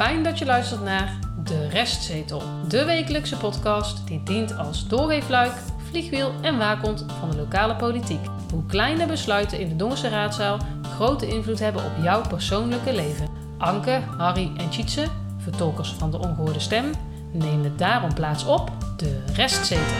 Fijn dat je luistert naar De Restzetel. De wekelijkse podcast die dient als doorweefluik, vliegwiel en waakhond van de lokale politiek. Hoe kleine besluiten in de Dongense raadzaal grote invloed hebben op jouw persoonlijke leven. Anke, Harry en Tjitse, vertolkers van de ongehoorde stem, nemen daarom plaats op De Restzetel.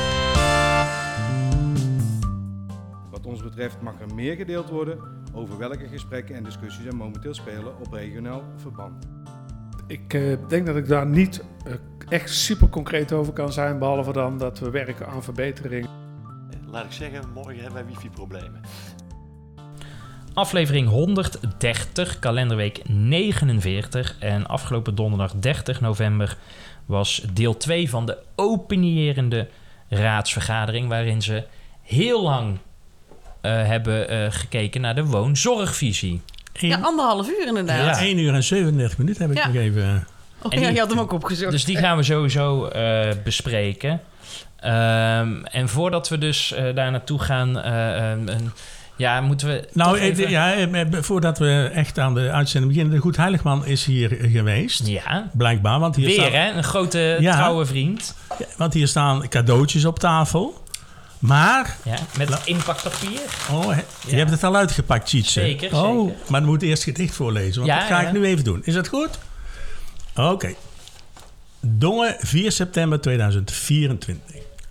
Wat ons betreft mag er meer gedeeld worden over welke gesprekken en discussies er momenteel spelen op regionaal verband. Ik denk dat ik daar niet echt super concreet over kan zijn, behalve dan dat we werken aan verbetering. Laat ik zeggen, morgen hebben wij wifi-problemen. Aflevering 130, kalenderweek 49. En afgelopen donderdag 30 november was deel 2 van de openierende raadsvergadering, waarin ze heel lang hebben gekeken naar de woonzorgvisie. Ja, 1,5 uur inderdaad. Ja. 1 uur en 37 minuten heb ik nog even... Oh ja, je had hem ook opgezocht. Dus die gaan we sowieso bespreken. En voordat we dus daar naartoe gaan, moeten we... Nou, even... voordat we echt aan de uitzending beginnen. De Goed Heiligman is hier geweest. Ja. Blijkbaar. Want hier weer, hè? Een grote trouwe vriend. Ja, want hier staan cadeautjes op tafel. Maar... Ja, met inpakpapier. Oh, je hebt het al uitgepakt, Tjitse. Zeker, Oh, zeker. maar dan moet eerst gedicht voorlezen. Want dat ga ik nu even doen. Is dat goed? Oké. Dongen, 4 september 2024.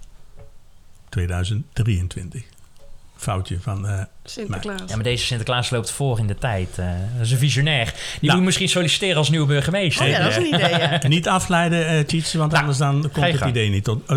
2023. Foutje van... Sinterklaas. Ja, maar deze Sinterklaas loopt voor in de tijd. Dat is een visionair. Die moet misschien solliciteren als nieuwe burgemeester. Oh ja, dat is een idee, ja. Niet afleiden, Tjitse, want anders dan komt het idee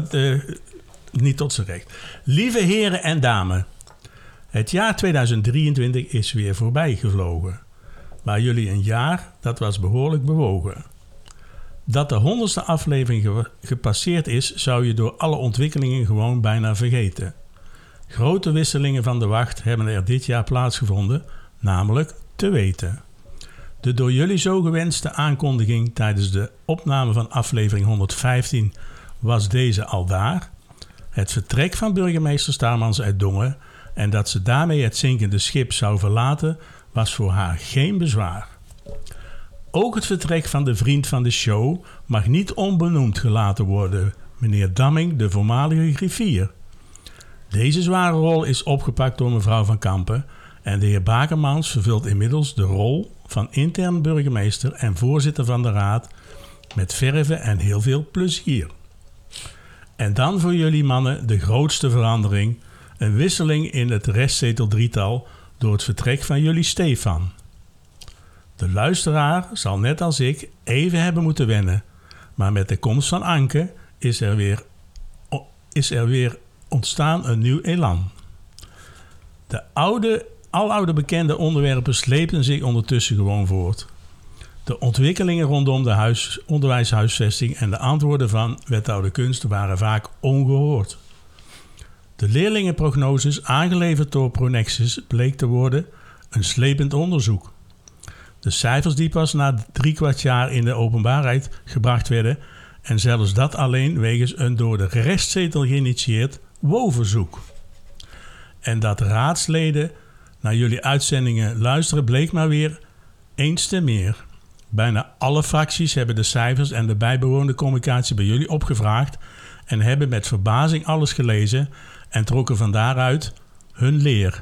niet tot zijn recht. Lieve heren en dames. Het jaar 2023 is weer voorbij gevlogen. Maar jullie een jaar, dat was behoorlijk bewogen. Dat de 100ste aflevering gepasseerd is, zou je door alle ontwikkelingen gewoon bijna vergeten. Grote wisselingen van de wacht hebben er dit jaar plaatsgevonden, namelijk te weten. De door jullie zo gewenste aankondiging tijdens de opname van aflevering 115 was deze aldaar. Het vertrek van burgemeester Staarmans uit Dongen en dat ze daarmee het zinkende schip zou verlaten, was voor haar geen bezwaar. Ook het vertrek van de vriend van de show mag niet onbenoemd gelaten worden, meneer Damming, de voormalige griffier. Deze zware rol is opgepakt door mevrouw Van Kampen en de heer Bakermans vervult inmiddels de rol van intern burgemeester en voorzitter van de raad met verve en heel veel plezier. En dan voor jullie mannen de grootste verandering, een wisseling in het restzetel-drietal door het vertrek van jullie Stefan. De luisteraar zal net als ik even hebben moeten wennen, maar met de komst van Anke is er weer ontstaan een nieuw elan. De aloude bekende onderwerpen slepen zich ondertussen gewoon voort. De ontwikkelingen rondom de onderwijshuisvesting en de antwoorden van wethouder Kunst waren vaak ongehoord. De leerlingenprognoses aangeleverd door Pronexus bleek te worden een slepend onderzoek. De cijfers die pas na 3/4 jaar in de openbaarheid gebracht werden en zelfs dat alleen wegens een door de restzetel geïnitieerd WO-verzoek. En dat raadsleden naar jullie uitzendingen luisteren bleek maar weer eens te meer. Bijna alle fracties hebben de cijfers en de bijbehorende communicatie bij jullie opgevraagd en hebben met verbazing alles gelezen en trokken van daaruit hun leer.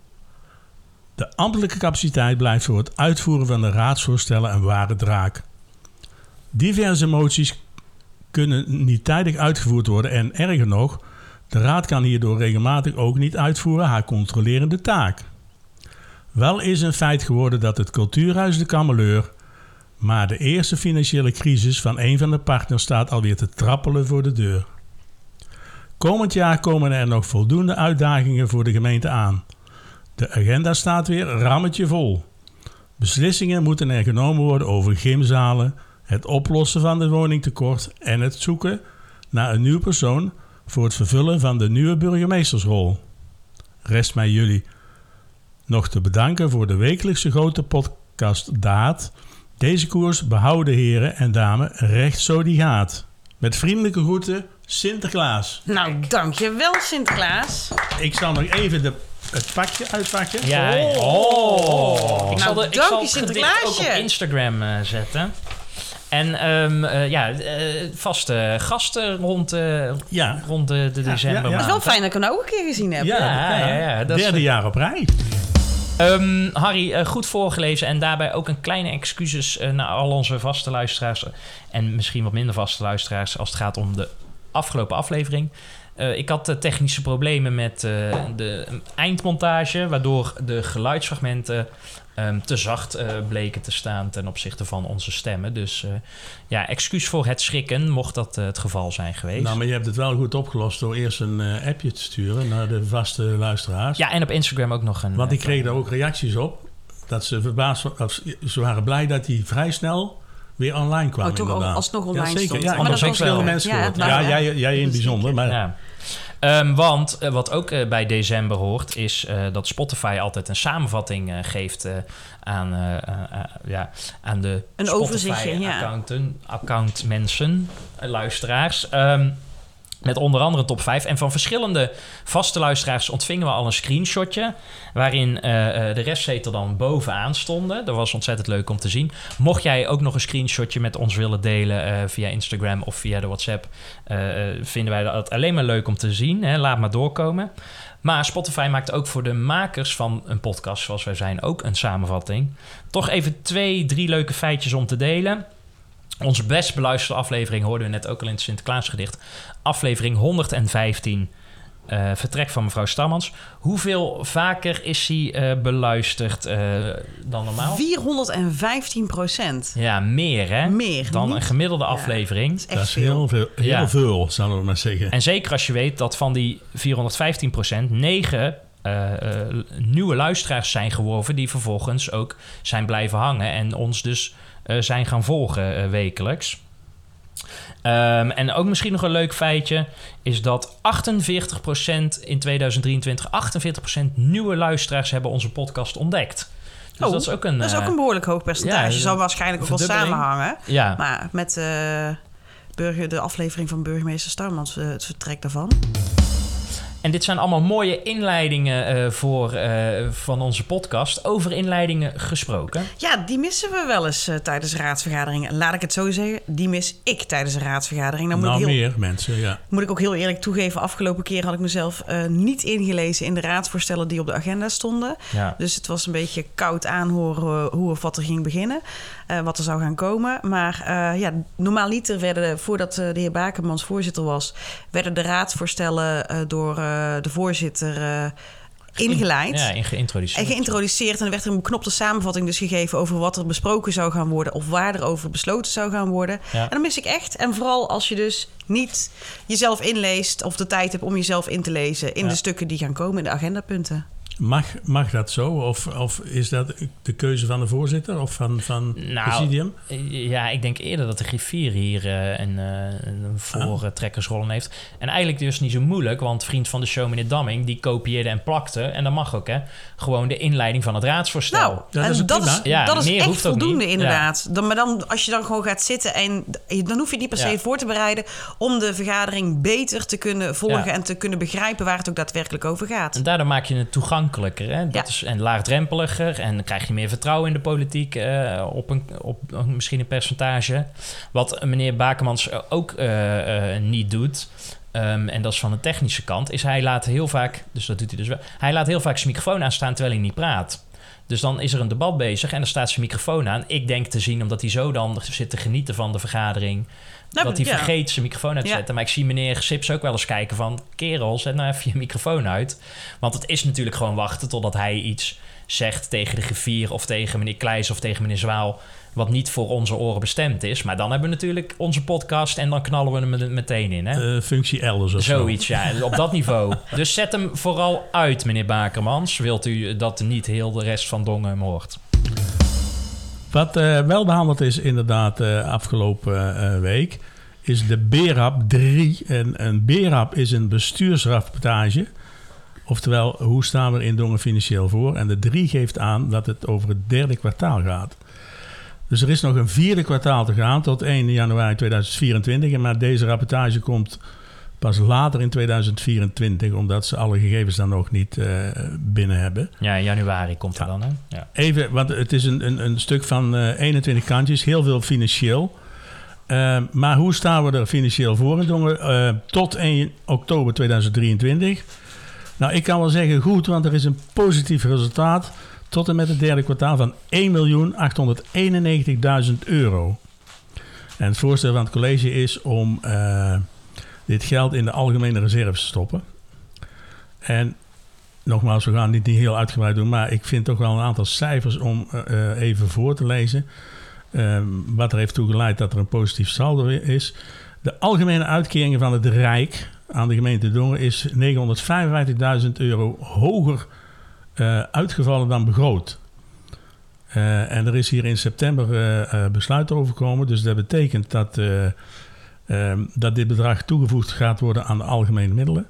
De ambtelijke capaciteit blijft voor het uitvoeren van de raadsvoorstellen een ware draak. Diverse moties kunnen niet tijdig uitgevoerd worden en erger nog, de raad kan hierdoor regelmatig ook niet uitvoeren haar controlerende taak. Wel is een feit geworden dat het cultuurhuis de Kameleur, maar de eerste financiële crisis van een van de partners staat alweer te trappelen voor de deur. Komend jaar komen er nog voldoende uitdagingen voor de gemeente aan. De agenda staat weer rammetje vol. Beslissingen moeten er genomen worden over gymzalen, het oplossen van het woningtekort en het zoeken naar een nieuw persoon voor het vervullen van de nieuwe burgemeestersrol. Rest mij jullie nog te bedanken voor de wekelijkse grote podcast Daad. Deze koers behouden heren en dames recht zo die gaat. Met vriendelijke groeten, Sinterklaas. Nou, dankjewel Sinterklaas. Ik zal nog even het pakje uitpakken. Ja. Oh. Ik Nou, zal dank je, het gedicht ook op Instagram zetten. En vaste gasten rond de december. Het is wel fijn dat ik hem nou ook een keer gezien heb. Ja. Dat derde jaar op rij. Harry, goed voorgelezen en daarbij ook een kleine excuses naar al onze vaste luisteraars en misschien wat minder vaste luisteraars als het gaat om de afgelopen aflevering. Ik had technische problemen met de eindmontage, waardoor de geluidsfragmenten te zacht bleken te staan ten opzichte van onze stemmen. Dus excuus voor het schrikken, mocht dat het geval zijn geweest. Nou, maar je hebt het wel goed opgelost door eerst een appje te sturen naar de vaste luisteraars. Ja, en op Instagram ook nog een... Want die kregen daar ook reacties op. Dat ze verbaasd ze waren blij dat die vrij snel weer online kwam. Toch alsnog online zeker. stond. Ja, Maar dat ook veel mensen gehoord. Jij in het bijzonder. Maar... Ja. Want wat ook bij december hoort, is dat Spotify altijd een samenvatting geeft aan de Spotify-accountmensen, luisteraars. Met onder andere een top 5. En van verschillende vaste luisteraars ontvingen we al een screenshotje, waarin de restzetel dan bovenaan stonden. Dat was ontzettend leuk om te zien. Mocht jij ook nog een screenshotje met ons willen delen via Instagram of via de WhatsApp, vinden wij dat alleen maar leuk om te zien. Hè? Laat maar doorkomen. Maar Spotify maakt ook voor de makers van een podcast, zoals wij zijn, ook een samenvatting. Toch even 2-3 leuke feitjes om te delen. Onze best beluisterde aflevering hoorden we net ook al in het Sinterklaasgedicht. Aflevering 115, Vertrek van mevrouw Stammans. Hoeveel vaker is die beluisterd dan normaal? 415%. Ja, meer hè? Meer. Dan niet? een gemiddelde aflevering. Dat is heel veel. Heel veel, zullen we maar zeggen. En zeker als je weet dat van die 415% 9... nieuwe luisteraars zijn geworven die vervolgens ook zijn blijven hangen en ons dus zijn gaan volgen wekelijks. En ook misschien nog een leuk feitje is dat 48% in 2023, 48% nieuwe luisteraars hebben onze podcast ontdekt. Dus dat is ook een behoorlijk hoog percentage. Zou waarschijnlijk ook wel samenhangen. Ja. Maar met de aflevering van burgemeester Starmans, het vertrek daarvan. En dit zijn allemaal mooie inleidingen van onze podcast. Over inleidingen gesproken. Ja, die missen we wel eens tijdens raadsvergaderingen. Laat ik het zo zeggen, die mis ik tijdens een raadsvergadering. Meer mensen, ja. Moet ik ook heel eerlijk toegeven, afgelopen keer had ik mezelf niet ingelezen in de raadsvoorstellen die op de agenda stonden. Ja. Dus het was een beetje koud aanhoren hoe of wat er ging beginnen. Wat er zou gaan komen. Maar normaaliter werden, voordat de heer Bakermans voorzitter was, werden de raadsvoorstellen door de voorzitter ingeleid. Geïntroduceerd. En geïntroduceerd. En er werd er een beknopte samenvatting dus gegeven over wat er besproken zou gaan worden of waar er over besloten zou gaan worden. Ja. En dat mis ik echt. En vooral als je dus niet jezelf inleest of de tijd hebt om jezelf in te lezen in de stukken die gaan komen in de agendapunten. Mag dat zo? Of is dat de keuze van de voorzitter of van presidium? Ja, ik denk eerder dat de griffier hier een voortrekkersrol in heeft. En eigenlijk dus niet zo moeilijk, want vriend van de show, meneer Damming, die kopieerde en plakte, en dat mag ook, hè, gewoon de inleiding van het raadsvoorstel. Nou, dat is echt voldoende inderdaad. Ja. Maar dan, als je dan gewoon gaat zitten en dan hoef je niet per se voor te bereiden om de vergadering beter te kunnen volgen en te kunnen begrijpen waar het ook daadwerkelijk over gaat. En daardoor maak je het toegankelijker. Hè? En laagdrempeliger. En dan krijg je meer vertrouwen in de politiek op misschien een percentage. Wat meneer Bakermans ook niet doet. En dat is van de technische kant. Is hij laat heel vaak, dus dat doet hij dus wel. Hij laat heel vaak zijn microfoon aanstaan terwijl hij niet praat. Dus dan is er een debat bezig en dan staat zijn microfoon aan. Ik denk te zien, omdat hij zo dan zit te genieten van de vergadering, dat hij vergeet zijn microfoon uit te zetten. Maar ik zie meneer Sips ook wel eens kijken van, kerel, zet nou even je microfoon uit. Want het is natuurlijk gewoon wachten totdat hij iets zegt tegen de griffier of tegen meneer Kleijs of tegen meneer Zwaal, wat niet voor onze oren bestemd is. Maar dan hebben we natuurlijk onze podcast en dan knallen we hem er meteen in. Hè? Functie elders of zo. Zoiets, ja, op dat niveau. Dus zet hem vooral uit, meneer Bakermans. Wilt u dat niet heel de rest van Dongen hem hoort? Wat wel behandeld is inderdaad afgelopen week, is de BERAP 3. En een BERAP is een bestuursrapportage. Oftewel, hoe staan we er in Dongen financieel voor? En de 3 geeft aan dat het over het derde kwartaal gaat. Dus er is nog een vierde kwartaal te gaan tot 1 januari 2024. Maar deze rapportage komt pas later in 2024, omdat ze alle gegevens dan nog niet binnen hebben. Ja, in januari komt er dan, hè? Ja. Even, want het is een stuk van 21 kantjes, heel veel financieel. Maar hoe staan we er financieel voor in Dongen? Tot 1 oktober 2023. Nou, ik kan wel zeggen goed, want er is een positief resultaat tot en met het derde kwartaal van €1.891.000. En het voorstel van het college is om dit geld in de algemene reserves te stoppen. En nogmaals, we gaan dit niet heel uitgebreid doen, maar ik vind toch wel een aantal cijfers om even voor te lezen. Wat er heeft toegeleid dat er een positief saldo is. De algemene uitkeringen van het Rijk aan de gemeente Dongen is €955.000 hoger uitgevallen dan begroot. En er is hier in september besluit over gekomen. Dus dat betekent dat dit bedrag toegevoegd gaat worden aan de algemene middelen.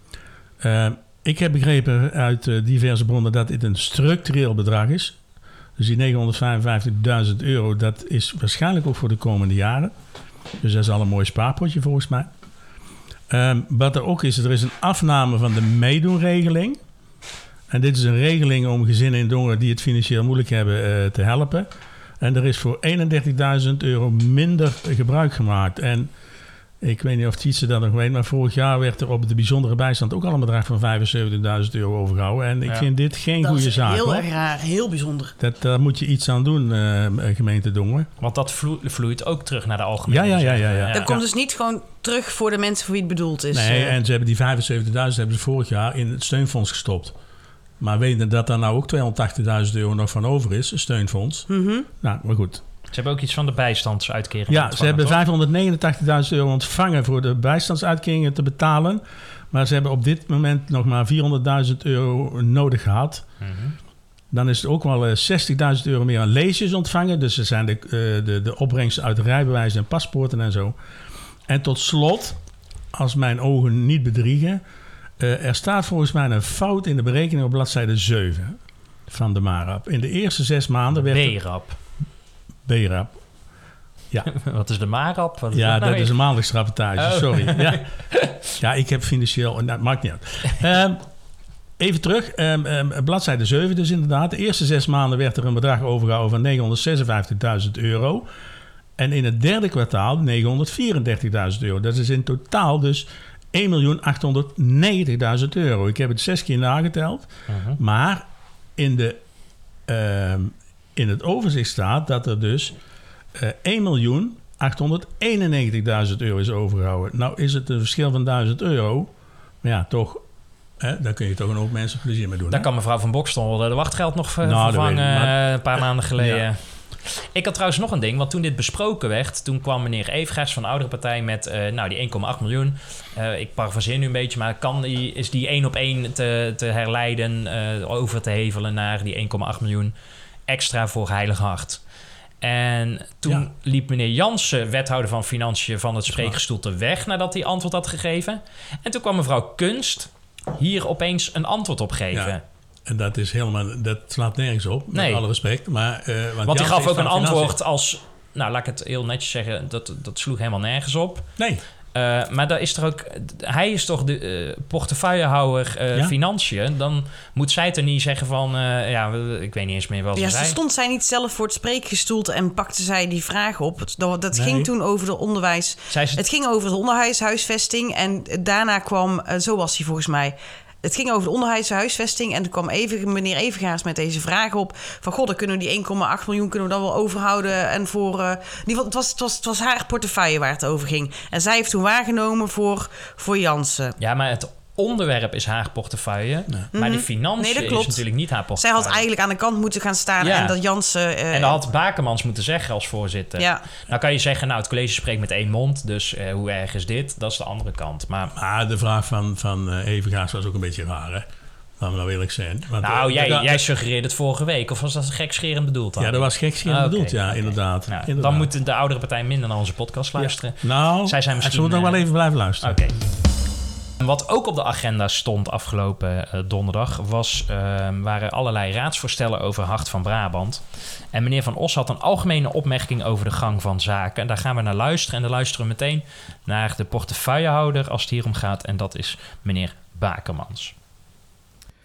Ik heb begrepen uit diverse bronnen dat dit een structureel bedrag is. Dus die €955.000, dat is waarschijnlijk ook voor de komende jaren. Dus dat is al een mooi spaarpotje volgens mij. Wat er ook is, er is een afname van de meedoenregeling. En dit is een regeling om gezinnen in Dongen die het financieel moeilijk hebben te helpen. En er is voor €31.000 minder gebruik gemaakt. En ik weet niet of Tietse dat nog weet, maar vorig jaar werd er op de bijzondere bijstand ook al een bedrag van €75.000 overgehouden. En ik vind dit geen goede zaak. Dat is heel erg raar, heel bijzonder. Daar moet je iets aan doen, gemeente Dongen. Want dat vloeit ook terug naar de algemene. Ja. Dat komt dus niet gewoon terug voor de mensen voor wie het bedoeld is. Nee, en ze hebben die €75.000 hebben ze vorig jaar in het steunfonds gestopt. Maar weten dat daar nou ook €280.000 nog van over is, een steunfonds. Mm-hmm. Nou, maar goed. Ze hebben ook iets van de bijstandsuitkering. Ja, ze hebben €589.000 ontvangen voor de bijstandsuitkeringen te betalen. Maar ze hebben op dit moment nog maar €400.000 nodig gehad. Mm-hmm. Dan is het ook wel €60.000 meer aan leesjes ontvangen. Dus er zijn de opbrengsten uit rijbewijzen en paspoorten en zo. En tot slot, als mijn ogen niet bedriegen, er staat volgens mij een fout in de berekening op bladzijde 7 van de MARAP. In de eerste 6 maanden werd... B-rap. Ja. Wat is de MARAP? Dat is een maandelijksrapportage, sorry. Ja, ik heb financieel... Nou, maakt niet uit. Even terug, bladzijde 7 dus inderdaad. De eerste 6 maanden werd er een bedrag overgehouden van €956.000. En in het derde kwartaal €934.000. Dat is in totaal dus €1.890.000. Ik heb het 6 keer nageteld. Uh-huh. Maar in het overzicht staat dat er dus €1.891.000 is overgehouden. Nou is het een verschil van €1.000. Maar ja, toch, daar kun je toch een hoop mensen plezier mee doen. Daar kan mevrouw van Bokstol de wachtgeld nog vervangen een paar maanden geleden. Ja. Ik had trouwens nog een ding, want toen dit besproken werd, toen kwam meneer Eefgaars van de oudere partij met die 1,8 miljoen. Ik parafraseer nu een beetje, maar is die 1 op 1 te herleiden, over te hevelen naar die 1,8 miljoen extra voor Heilig Hart. En toen liep meneer Jansen, wethouder van Financiën, van het spreekgestoelte weg nadat hij antwoord had gegeven. En toen kwam mevrouw Kunst hier opeens een antwoord op geven. Ja. En dat is dat slaat nergens op, met alle respect. Maar, want die gaf ook een antwoord als... Nou, laat ik het heel netjes zeggen, dat sloeg helemaal nergens op. Nee. Maar daar is er ook... Hij is toch de portefeuillehouder financiën. Dan moet zij toch niet zeggen van... ik weet niet eens meer wat ze zei. Stond zij niet zelf voor het spreekgestoelte en pakte zij die vraag op? Dat ging toen over de onderwijs... Het ging over de onderwijshuisvesting en daarna kwam... zo was hij volgens mij... Het ging over de onderwijshuisvesting en toen kwam meneer Evengaars met deze vraag op... van god, dan kunnen we die 1,8 miljoen kunnen we dan wel overhouden... en voor... in ieder geval, het was haar portefeuille waar het over ging. En zij heeft toen waargenomen voor Jansen. Ja, maar het onderwerp is haar portefeuille... maar de financiën is natuurlijk niet haar portefeuille. Zij had eigenlijk aan de kant moeten gaan staan en dat Jansen... en dat had Bakemans moeten zeggen als voorzitter. Ja. Nou kan je zeggen, het college spreekt met 1 mond... dus hoe erg is dit? Dat is de andere kant. Maar de vraag van Evengaars was ook een beetje raar, hè? Laten we nou eerlijk zijn. Want, jij suggereerde het vorige week. Of was dat gekscherend bedoeld dan? Ja, dat was gekscherend bedoeld, inderdaad. Nou, inderdaad. Dan moet de oudere partij minder naar onze podcast luisteren. Ja. Nou, zij zijn misschien... nog wel even blijven luisteren. Oké. Wat ook op de agenda stond afgelopen donderdag... waren allerlei raadsvoorstellen over Hart van Brabant. En meneer Van Os had een algemene opmerking over de gang van zaken. En daar gaan we naar luisteren. En dan luisteren we meteen naar de portefeuillehouder als het hier om gaat. En dat is meneer Bakemans.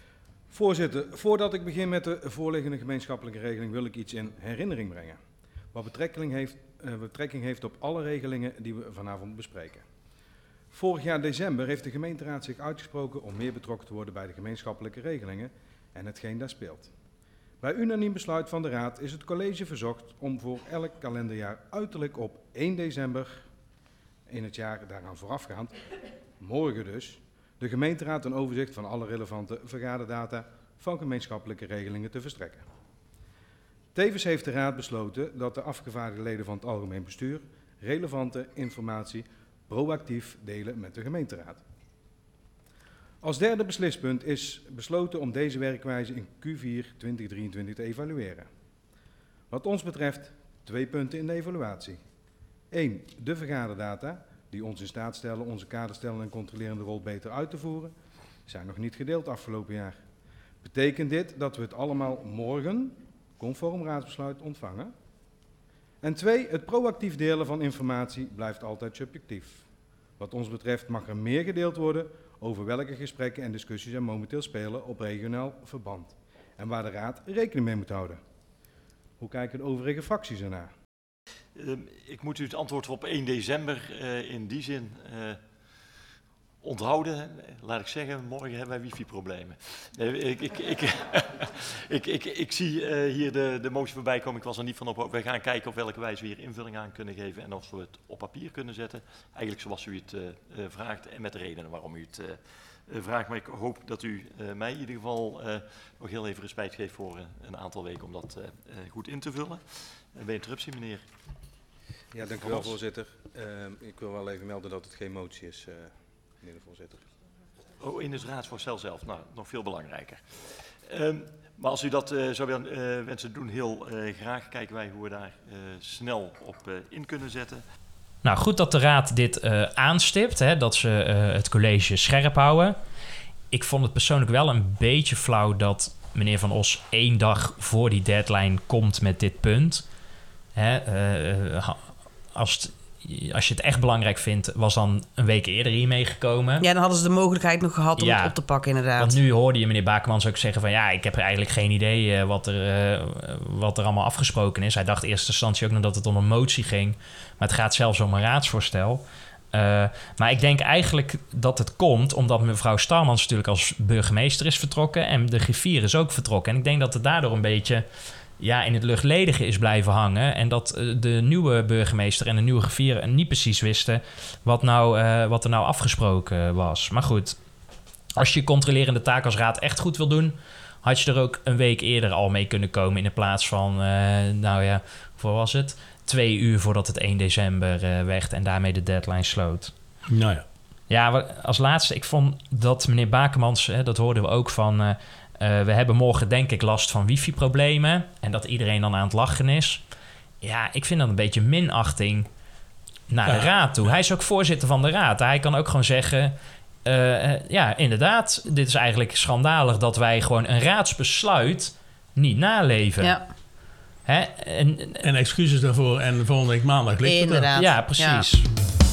Voorzitter, voordat ik begin met de voorliggende gemeenschappelijke regeling... wil ik iets in herinnering brengen. wat betrekking heeft op alle regelingen die we vanavond bespreken. Vorig jaar december heeft de gemeenteraad zich uitgesproken om meer betrokken te worden bij de gemeenschappelijke regelingen en hetgeen daar speelt. Bij unaniem besluit van de raad is het college verzocht om voor elk kalenderjaar uiterlijk op 1 december in het jaar daaraan voorafgaand, morgen dus, de gemeenteraad een overzicht van alle relevante vergaderdata van gemeenschappelijke regelingen te verstrekken. Tevens heeft de raad besloten dat de afgevaardigde leden van het algemeen bestuur relevante informatie proactief delen met de gemeenteraad. Als derde beslispunt is besloten om deze werkwijze in Q4 2023 te evalueren. Wat ons betreft 2 punten in de evaluatie. 1. De vergaderdata, die ons in staat stellen onze kaderstellende en controlerende rol beter uit te voeren, zijn nog niet gedeeld afgelopen jaar. Betekent dit dat we het allemaal morgen, conform raadsbesluit, ontvangen? En 2. Het proactief delen van informatie blijft altijd subjectief. Wat ons betreft mag er meer gedeeld worden over welke gesprekken en discussies er momenteel spelen op regionaal verband. En waar de raad rekening mee moet houden. Hoe kijken de overige fracties ernaar? Ik moet u het antwoord op 1 december in die zin onthouden. Laat ik zeggen, morgen hebben wij wifi-problemen. Ik zie hier de motie voorbij komen. Ik was er niet van op. We gaan kijken op welke wijze we hier invulling aan kunnen geven en of we het op papier kunnen zetten. Eigenlijk zoals u het vraagt en met de redenen waarom u het vraagt. Maar ik hoop dat u mij in ieder geval nog heel even respect geeft voor een aantal weken om dat goed in te vullen. Bij interruptie, meneer. Ja, dank u wel, voorzitter. Ik wil wel even melden dat het geen motie is, meneer de voorzitter. Oh, in het raadsvoorstel zelf. Nou, nog veel belangrijker. Maar als u dat zou wensen doen, heel graag kijken wij hoe we daar snel op in kunnen zetten. Nou, goed dat de raad dit aanstipt, hè, dat ze het college scherp houden. Ik vond het persoonlijk wel een beetje flauw dat meneer Van Os 1 dag voor die deadline komt met dit punt. Hè, als je het echt belangrijk vindt, was dan een week eerder hiermee gekomen. Ja, dan hadden ze de mogelijkheid nog gehad om het op te pakken, inderdaad. Want nu hoorde je meneer Bakermans ook zeggen van ja, ik heb eigenlijk geen idee wat er allemaal afgesproken is. Hij dacht in eerste instantie ook nog dat het om een motie ging. Maar het gaat zelfs om een raadsvoorstel. Maar ik denk eigenlijk dat het komt omdat mevrouw Starmans natuurlijk als burgemeester is vertrokken en de griffier is ook vertrokken. En ik denk dat het daardoor een beetje in het luchtledige is blijven hangen. En dat de nieuwe burgemeester en de nieuwe griffier niet precies wisten wat er nou afgesproken was. Maar goed, als je je controlerende taak als raad echt goed wil doen, had je er ook een week eerder al mee kunnen komen in plaats van, hoeveel was het? 2 uur voordat het 1 december werd en daarmee de deadline sloot. Nou ja. Ja, als laatste, ik vond dat meneer Bakermans, dat hoorden we ook van we hebben morgen denk ik last van wifi-problemen en dat iedereen dan aan het lachen is. Ja, ik vind dat een beetje minachting naar de raad toe. Hij is ook voorzitter van de raad. Hij kan ook gewoon zeggen, inderdaad, dit is eigenlijk schandalig dat wij gewoon een raadsbesluit niet naleven. Ja. Hè? En excuses daarvoor en volgende week maandag ligt het inderdaad. Ja, precies. Ja.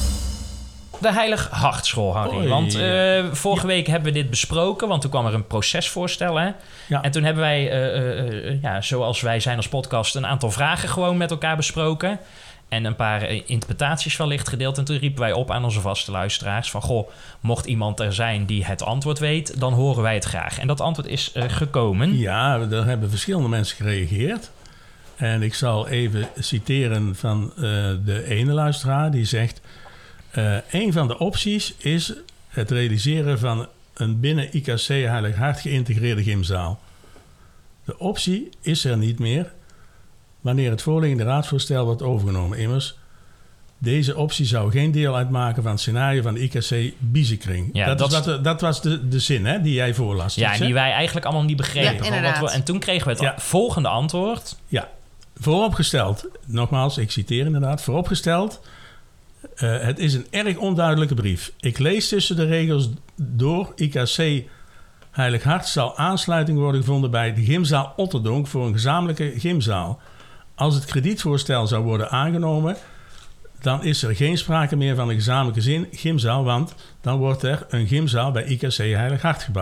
De Heilig Hartschool, Harry. Oei, want vorige week hebben we dit besproken, want toen kwam er een procesvoorstel. Hè? Ja. En toen hebben wij, zoals wij zijn als podcast, een aantal vragen gewoon met elkaar besproken. En een paar interpretaties wellicht gedeeld. En toen riepen wij op aan onze vaste luisteraars van, goh, mocht iemand er zijn die het antwoord weet, dan horen wij het graag. En dat antwoord is gekomen. Ja, daar hebben verschillende mensen gereageerd. En ik zal even citeren van de ene luisteraar die zegt, een van de opties is het realiseren van een binnen IKC Heilig Hart geïntegreerde gymzaal. De optie is er niet meer wanneer het voorliggende raadsvoorstel wordt overgenomen. Immers, deze optie zou geen deel uitmaken van het scenario van de IKC Biezenkring. Ja, dat was de zin hè, die jij voorlas. Ja, en die wij eigenlijk allemaal niet begrepen. Ja, en toen kregen we het volgende antwoord. Ja, vooropgesteld, nogmaals, ik citeer inderdaad, vooropgesteld, het is een erg onduidelijke brief. Ik lees tussen de regels door, IKC Heilig Hart zal aansluiting worden gevonden bij de gymzaal Otterdonk voor een gezamenlijke gymzaal. Als het kredietvoorstel zou worden aangenomen, dan is er geen sprake meer van een gezamenlijke gymzaal, want dan wordt er een gymzaal bij IKC Heilig Hart gebouwd.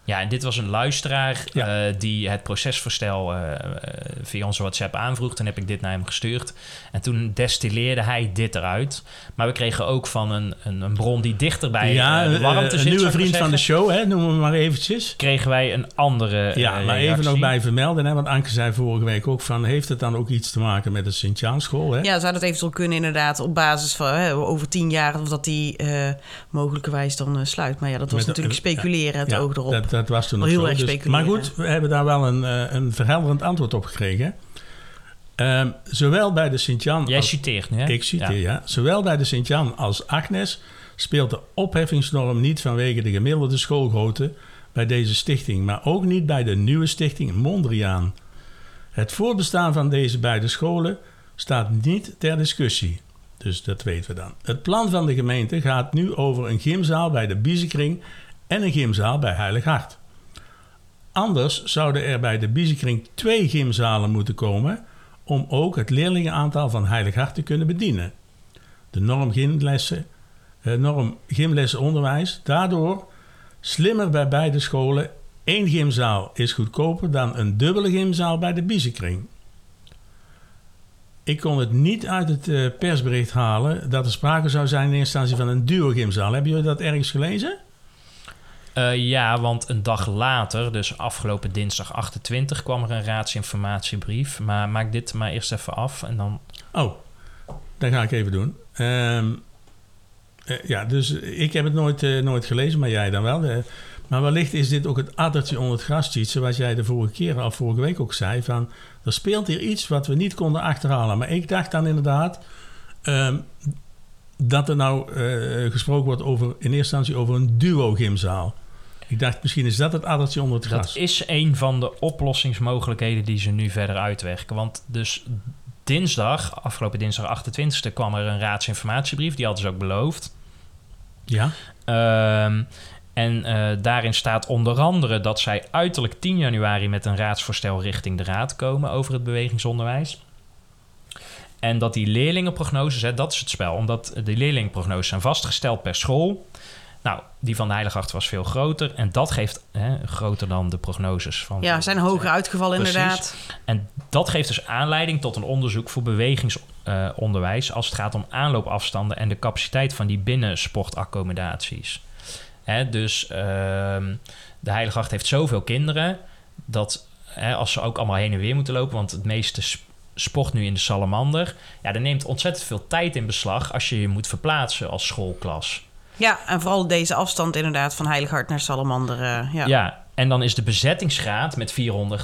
Ja, en dit was een luisteraar die het procesvoorstel via onze WhatsApp aanvroeg. Toen heb ik dit naar hem gestuurd. En toen destilleerde hij dit eruit. Maar we kregen ook van een bron die dichter bij de warmte zit. Een nieuwe vriend van de show, hè, noemen we maar eventjes. Kregen wij een andere maar even nog bij vermelden. Hè, want Anke zei vorige week ook van... heeft het dan ook iets te maken met de Sint-Jaanschool? Hè? Ja, zou dat eventueel kunnen inderdaad op basis van over 10 jaar... of dat die mogelijkerwijs dan sluit. Maar ja, dat was natuurlijk speculeren, het oog erop. Dat was toen nog heel zo. erg speculeren. Maar goed, we hebben daar wel een verhelderend antwoord op gekregen. Zowel bij de Sint-Jan... Jij citeert nu, hè? Ik citeer, ja. Zowel bij de Sint-Jan als Agnes speelt de opheffingsnorm niet vanwege de gemiddelde schoolgrootte bij deze stichting, maar ook niet bij de nieuwe stichting Mondriaan. Het voortbestaan van deze beide scholen staat niet ter discussie. Dus dat weten we dan. Het plan van de gemeente gaat nu over een gymzaal bij de Biezenkring en een gymzaal bij Heilig Hart. Anders zouden er bij de Biezenkring 2 gymzalen moeten komen om ook het leerlingenaantal van Heilig Hart te kunnen bedienen. De norm gymlessenonderwijs daardoor slimmer bij beide scholen. 1 gymzaal is goedkoper dan een dubbele gymzaal bij de Biezenkring. Ik kon het niet uit het persbericht halen dat er sprake zou zijn in eerste instantie van een duo-gymzaal. Hebben jullie dat ergens gelezen? Ja, want een dag later, dus afgelopen dinsdag 28, kwam er een raadsinformatiebrief. Maar maak dit maar eerst even af en dan... Oh, dat ga ik even doen. Dus ik heb het nooit gelezen, maar jij dan wel. Maar wellicht is dit ook het addertje onder het gras, Tjitse, wat jij de vorige week ook zei. Van, er speelt hier iets wat we niet konden achterhalen. Maar ik dacht dan inderdaad dat er nou gesproken wordt in eerste instantie over een duo-gymzaal. Ik dacht, misschien is dat het addertje onder het gras. Dat is een van de oplossingsmogelijkheden die ze nu verder uitwerken. Want dus afgelopen dinsdag 28e, kwam er een raadsinformatiebrief. Die hadden ze ook beloofd. Ja. Daarin staat onder andere dat zij uiterlijk 10 januari met een raadsvoorstel richting de raad komen over het bewegingsonderwijs. En dat die leerlingenprognoses, dat is het spel, omdat die leerlingenprognoses zijn vastgesteld per school. Nou, die van de Heilig Hart was veel groter. En dat geeft groter dan de prognoses van... Ja, zijn hoger uitgevallen inderdaad. En dat geeft dus aanleiding tot een onderzoek voor bewegingsonderwijs... als het gaat om aanloopafstanden en de capaciteit van die binnensportaccommodaties. Dus de Heilig Hart heeft zoveel kinderen... dat als ze ook allemaal heen en weer moeten lopen... want het meeste sport nu in de Salamander... ja, dan neemt ontzettend veel tijd in beslag... als je je moet verplaatsen als schoolklas... Ja, en vooral deze afstand inderdaad van Heilig Hart naar Salamander. Ja, en dan is de bezettingsgraad met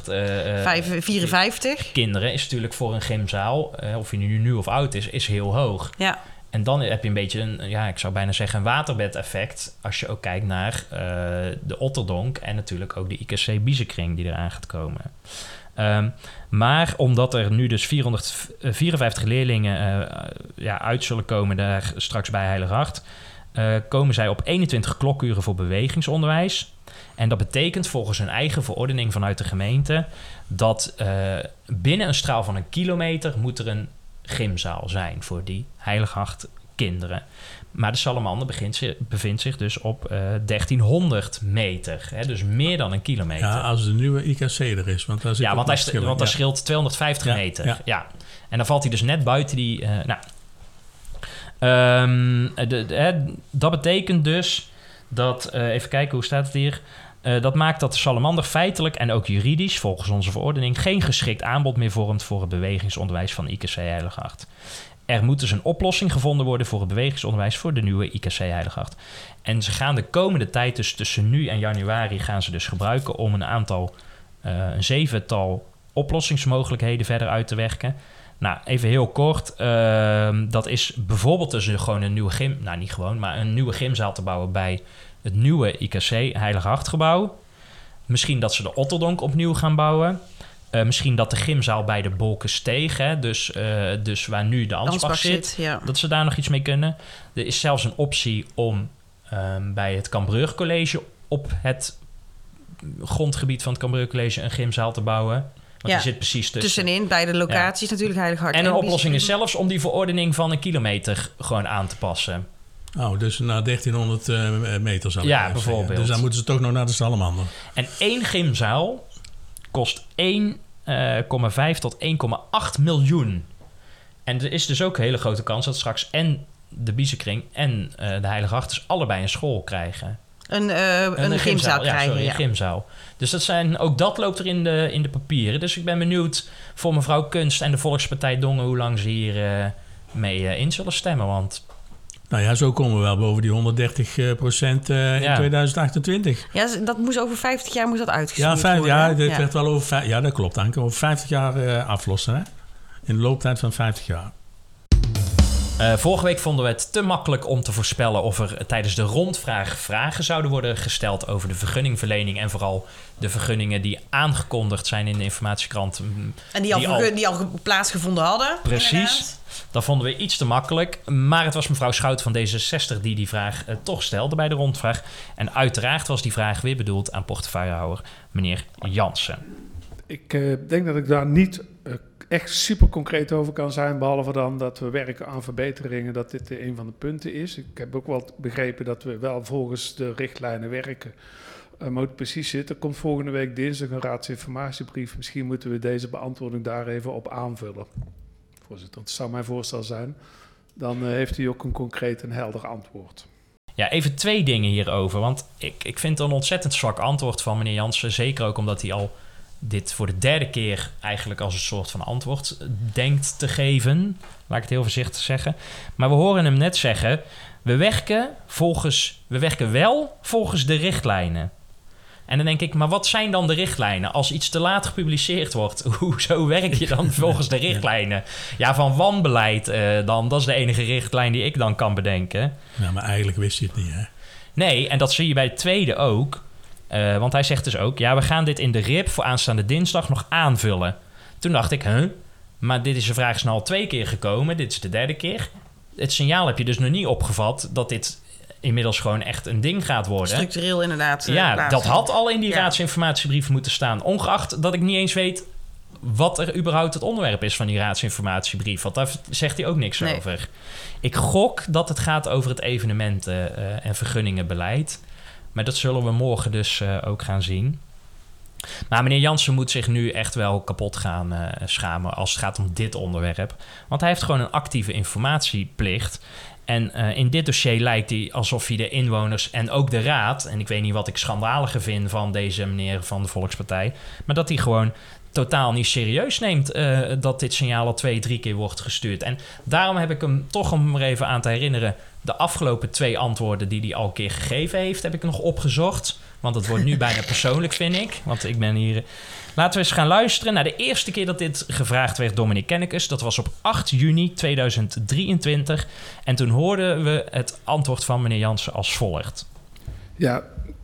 454 kinderen... is natuurlijk voor een gymzaal, of je nu nieuw of oud is heel hoog. Ja. En dan heb je een beetje ik zou bijna zeggen een waterbed-effect... als je ook kijkt naar de Otterdonk en natuurlijk ook de IKC Biezenkring die eraan gaat komen. Maar omdat er nu dus 454 leerlingen uit zullen komen daar straks bij Heilig Hart... komen zij op 21 klokuren voor bewegingsonderwijs. En dat betekent volgens hun eigen verordening vanuit de gemeente... dat binnen een straal van 1 kilometer moet er een gymzaal zijn... voor die Heilig Hart kinderen. Maar de Salamander bevindt zich dus op 1300 meter. Hè, dus meer dan 1 kilometer. Ja, als de nieuwe IKC er is. Want daar scheelt 250 meter. Ja. En dan valt hij dus net buiten die... dat betekent dus dat... even kijken, hoe staat het hier? Dat maakt dat de Salamander feitelijk en ook juridisch... volgens onze verordening... geen geschikt aanbod meer vormt... voor het bewegingsonderwijs van IKC Heilig Hart. Er moet dus een oplossing gevonden worden... voor het bewegingsonderwijs voor de nieuwe IKC Heilig Hart. En ze gaan de komende tijd, dus tussen nu en januari... gaan ze dus gebruiken om een 7-tal oplossingsmogelijkheden verder uit te werken... Nou, even heel kort. Dat is bijvoorbeeld dus gewoon een nieuwe een nieuwe gymzaal te bouwen bij het nieuwe IKC Heilig Hartgebouw. Misschien dat ze de Otterdonk opnieuw gaan bouwen. Misschien dat de gymzaal bij de Bolkensteeg, dus waar nu de Ansbach zit, dat ze daar nog iets mee kunnen. Er is zelfs een optie om bij het Cambreur College op het grondgebied van het Cambreur College een gymzaal te bouwen. Want die zit precies tussenin, bij de locaties natuurlijk Heilig Hart. En een oplossing is zelfs om die verordening van 1 kilometer gewoon aan te passen. Oh, dus naar 1300 meter zal ik Ja, even bijvoorbeeld. zeggen. Dus dan moeten ze toch nog naar de Salamander. En 1 gymzaal kost 1,5 tot 1,8 miljoen. En er is dus ook een hele grote kans dat straks en de Biezenkring en de Heilige Achters allebei een school krijgen. Een gymzaal krijgen, een gymzaal. Dus ook dat loopt er in de papieren. Dus ik ben benieuwd voor mevrouw Kunst en de Volkspartij Dongen hoe lang ze hier mee in zullen stemmen. Want Nou ja, zo komen we wel boven die 130% in 2028. Ja, dat moest over 50 jaar uitgestuurd worden. Ja, dit werd wel over dat klopt. Dan over 50 jaar aflossen. Hè? In de looptijd van 50 jaar. Vorige week vonden we het te makkelijk om te voorspellen of er tijdens de rondvraag vragen zouden worden gesteld over de vergunningverlening en vooral de vergunningen die aangekondigd zijn in de informatiekrant. En die al plaatsgevonden hadden. Precies. Inderdaad. Dat vonden we iets te makkelijk. Maar het was mevrouw Schout van D66 die vraag toch stelde bij de rondvraag. En uiteraard was die vraag weer bedoeld aan portefeuillehouder meneer Jansen. Ik denk dat ik daar niet echt super concreet over kan zijn, behalve dan dat we werken aan verbeteringen, dat dit een van de punten is. Ik heb ook wel begrepen dat we wel volgens de richtlijnen werken. Maar het precies zit, er komt volgende week dinsdag een raadsinformatiebrief. Misschien moeten we deze beantwoording daar even op aanvullen. Voorzitter, dat zou mijn voorstel zijn. Dan heeft u ook een concreet en helder antwoord. Ja, even 2 dingen hierover. Want ik vind het een ontzettend zwak antwoord van meneer Jansen. Zeker ook omdat hij al dit voor de 3e keer eigenlijk als een soort van antwoord denkt te geven. Laat ik het heel voorzichtig zeggen. Maar we horen hem net zeggen, we werken wel volgens de richtlijnen. En dan denk ik, maar wat zijn dan de richtlijnen? Als iets te laat gepubliceerd wordt, hoezo werk je dan volgens de richtlijnen? Ja, van wanbeleid dan. Dat is de enige richtlijn die ik dan kan bedenken. Ja, maar eigenlijk wist je het niet, hè? Nee, en dat zie je bij het tweede ook. Want hij zegt dus ook, ja, we gaan dit in de RIP voor aanstaande dinsdag nog aanvullen. Toen dacht ik, maar dit is een vraag snel al 2 keer gekomen. Dit is de 3e keer. Het signaal heb je dus nog niet opgevat dat dit inmiddels gewoon echt een ding gaat worden. Structureel inderdaad. Ja, dat had al in die raadsinformatiebrief moeten staan. Ongeacht dat ik niet eens weet wat er überhaupt het onderwerp is van die raadsinformatiebrief. Want daar zegt hij ook niks over. Ik gok dat het gaat over het evenementen- en vergunningenbeleid. Maar dat zullen we morgen dus ook gaan zien. Maar meneer Jansen moet zich nu echt wel kapot gaan schamen als het gaat om dit onderwerp. Want hij heeft gewoon een actieve informatieplicht. En in dit dossier lijkt hij alsof hij de inwoners en ook de raad, en ik weet niet wat ik schandaliger vind van deze meneer van de Volkspartij, maar dat hij gewoon totaal niet serieus neemt dat dit signaal al 2-3 keer wordt gestuurd. En daarom heb ik hem toch, om er even aan te herinneren, de afgelopen 2 antwoorden die hij al een keer gegeven heeft, heb ik nog opgezocht. Want het wordt nu bijna persoonlijk, vind ik. Want ik ben hier. Laten we eens gaan luisteren naar de eerste keer dat dit gevraagd werd door meneer Kennekes. Dat was op 8 juni 2023. En toen hoorden we het antwoord van meneer Jansen als volgt. Ja,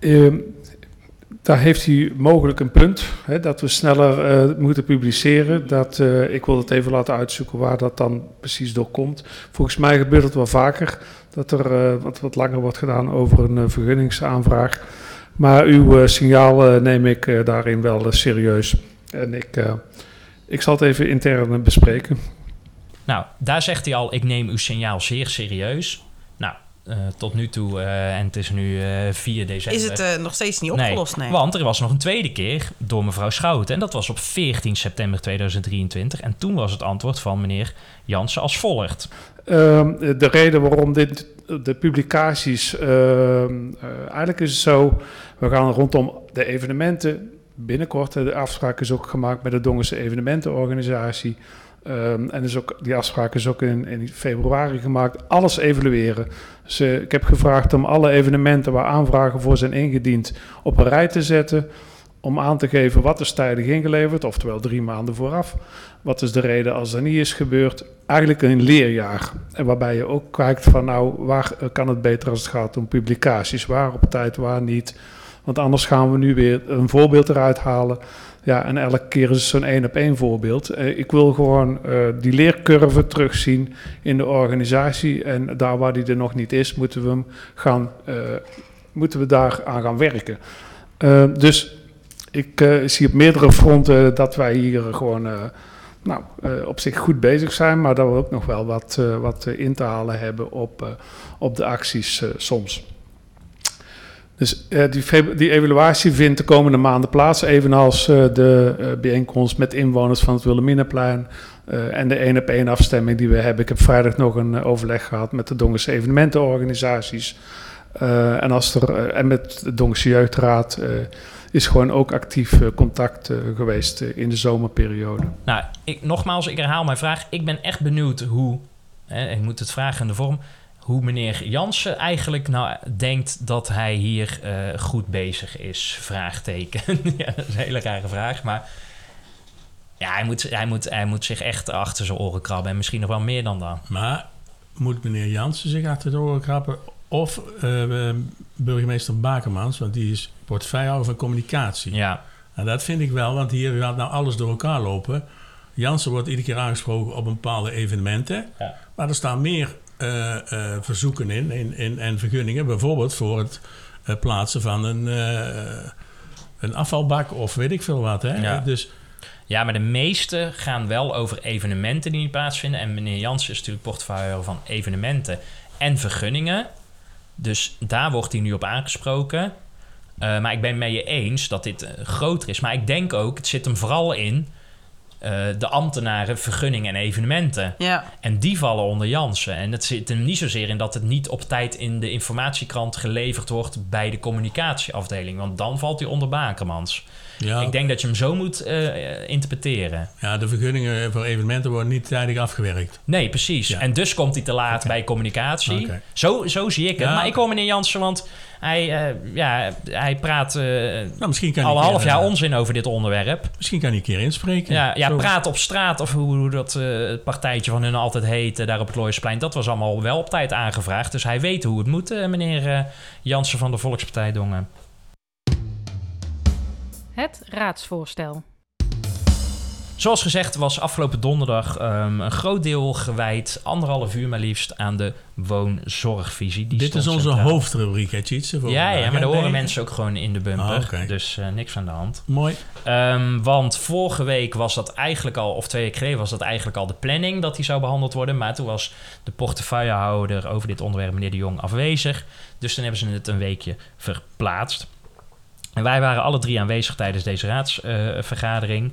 daar heeft hij mogelijk een punt. Hè, dat we sneller moeten publiceren. Ik wil het even laten uitzoeken waar dat dan precies door komt. Volgens mij gebeurt het wel vaker dat er wat langer wordt gedaan over een vergunningsaanvraag. Maar uw signaal neem ik daarin wel serieus. En ik zal het even intern bespreken. Nou, daar zegt hij al, ik neem uw signaal zeer serieus. Nou, tot nu toe, en het is nu 4 december... Is het nog steeds niet opgelost? Nee, want er was nog een tweede keer door mevrouw Schouten. En dat was op 14 september 2023. En toen was het antwoord van meneer Jansen als volgt. De reden waarom de publicaties... eigenlijk is het zo, we gaan rondom de evenementen binnenkort. De afspraak is ook gemaakt met de Dongense evenementenorganisatie. En die afspraak is ook in februari gemaakt. Alles evalueren. Dus ik heb gevraagd om alle evenementen waar aanvragen voor zijn ingediend op een rij te zetten. Om aan te geven wat is tijdig ingeleverd, oftewel 3 maanden vooraf. Wat is de reden als dat niet is gebeurd? Eigenlijk een leerjaar. En waarbij je ook kijkt van waar kan het beter als het gaat om publicaties? Waar op tijd, waar niet? Want anders gaan we nu weer een voorbeeld eruit halen. Ja, en elke keer is het zo'n 1-op-1 voorbeeld. Ik wil gewoon die leercurve terugzien in de organisatie. En daar waar die er nog niet is, moeten we daar aan gaan werken. Dus ik zie op meerdere fronten dat wij hier gewoon op zich goed bezig zijn, maar dat we ook nog wel wat in te halen hebben op de acties soms. Dus die evaluatie vindt de komende maanden plaats, evenals de bijeenkomst met inwoners van het Wilhelminaplein en de 1-op-1 afstemming die we hebben. Ik heb vrijdag nog een overleg gehad met de Dongense evenementenorganisaties en met de Dongense Jeugdraad is gewoon ook actief contact geweest in de zomerperiode. Nou, ik herhaal mijn vraag. Ik ben echt benieuwd hoe, ik moet het vragen in de vorm, hoe meneer Jansen eigenlijk denkt dat hij hier goed bezig is. Vraagteken. Ja, dat is een hele rare vraag, maar ja, hij moet zich echt achter zijn oren krabben en misschien nog wel meer dan dat. Maar moet meneer Jansen zich achter de oren krabben of burgemeester Bakermans, want die is portefeuillehouder van communicatie. Ja. En dat vind ik wel, want hier gaat nou alles door elkaar lopen. Jansen wordt iedere keer aangesproken op bepaalde evenementen, maar er staan meer verzoeken in en vergunningen, bijvoorbeeld voor het plaatsen van een afvalbak of weet ik veel wat. Hè? Ja. Dus, ja, maar de meeste gaan wel over evenementen die niet plaatsvinden. En meneer Jansen is natuurlijk portefeuillehouder van evenementen en vergunningen. Dus daar wordt hij nu op aangesproken. Maar ik ben het met je eens dat dit groter is. Maar ik denk ook, het zit hem vooral in de ambtenaren, vergunningen en evenementen. Ja. En die vallen onder Jansen. En het zit hem niet zozeer in dat het niet op tijd in de informatiekrant geleverd wordt bij de communicatieafdeling. Want dan valt hij onder Bakermans. Ja. Ik denk dat je hem zo moet interpreteren. Ja, de vergunningen voor evenementen worden niet tijdig afgewerkt. Nee, precies. Ja. En dus komt hij te laat bij communicatie. Okay. Zo zie ik het. Ja. Maar ik hoor meneer Jansen, want hij praat misschien kan al een half jaar onzin over dit onderwerp. Misschien kan hij een keer inspreken. Ja, praat op straat of hoe dat partijtje van hun altijd heet, daar op het Looiersplein. Dat was allemaal wel op tijd aangevraagd. Dus hij weet hoe het moet, meneer Jansen van de Volkspartij Dongen. Het raadsvoorstel. Zoals gezegd was afgelopen donderdag een groot deel gewijd, 1,5 uur maar liefst, aan de woonzorgvisie. Dit is onze hoofdrubriek, hè, Tjitse? Ja, maar daar horen mensen ook gewoon in de bumper. Okay. Dus niks aan de hand. Mooi. Want vorige week was dat eigenlijk al, of 2 weken geleden was dat eigenlijk al de planning dat die zou behandeld worden. Maar toen was de portefeuillehouder over dit onderwerp, meneer De Jong, afwezig. Dus toen hebben ze het een weekje verplaatst. En wij waren alle 3 aanwezig tijdens deze raadsvergadering.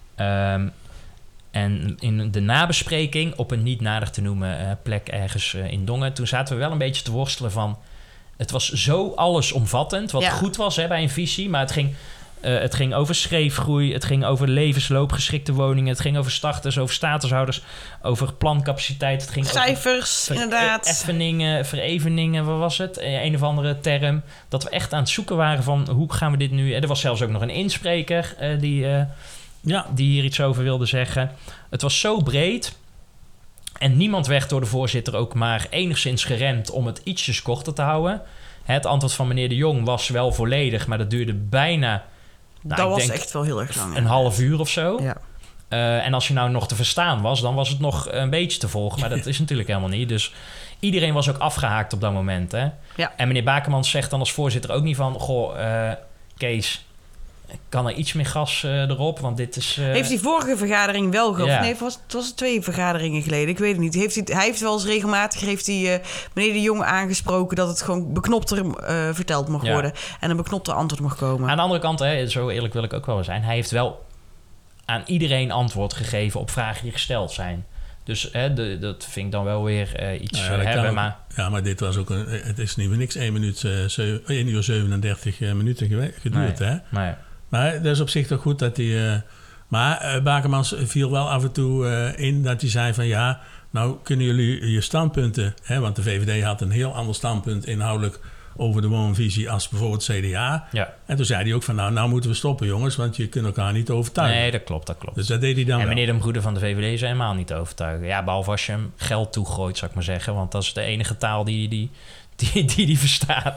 En in de nabespreking op een niet nader te noemen plek ergens in Dongen, toen zaten we wel een beetje te worstelen van, het was zo allesomvattend, wat goed was bij een visie, maar het ging over schreefgroei, het ging over levensloopgeschikte woningen, het ging over starters, over statushouders, over plancapaciteit. Het ging cijfers, over inderdaad. Vereveningen, wat was het? Een of andere term. Dat we echt aan het zoeken waren van, hoe gaan we dit nu... Er was zelfs ook nog een inspreker die hier iets over wilde zeggen. Het was zo breed. En niemand werd door de voorzitter ook maar enigszins geremd om het ietsjes korter te houden. Het antwoord van meneer De Jong was wel volledig, maar dat duurde bijna... dat was echt wel heel erg lang. Een half uur of zo. Ja. En als je nou nog te verstaan was, dan was het nog een beetje te volgen. Maar dat is natuurlijk helemaal niet. Dus iedereen was ook afgehaakt op dat moment. Hè? Ja. En meneer Bakermans zegt dan als voorzitter ook niet van... Goh, Kees, kan er iets meer gas erop? Want dit is... Heeft die vorige vergadering wel gehad? Ja. Nee, het was 2 vergaderingen geleden. Ik weet het niet. Hij heeft wel eens regelmatig meneer De Jong aangesproken dat het gewoon beknopter verteld mag worden. En een beknopter antwoord mag komen. Aan de andere kant, zo eerlijk wil ik ook wel zijn. Hij heeft wel aan iedereen antwoord gegeven op vragen die gesteld zijn. Dus dat vind ik dan wel weer iets hebben. Maar dit was ook het is niet voor niks 1 uur 37 minuten geduurd. Nee, hè? Nee. Maar dat is op zich toch goed dat hij... maar Bakermans viel wel af en toe in dat hij zei van... ja, nou kunnen jullie je standpunten... Hè, want de VVD had een heel ander standpunt inhoudelijk... over de woonvisie als bijvoorbeeld CDA. Ja. En toen zei hij ook van... nou moeten we stoppen jongens... want je kunt elkaar niet overtuigen. Nee, dat klopt. Dus dat deed hij dan en meneer de Broeder van de VVD is helemaal niet te overtuigen. Ja, behalve als je hem geld toegooit, zou ik maar zeggen. Want dat is de enige taal die verstaat.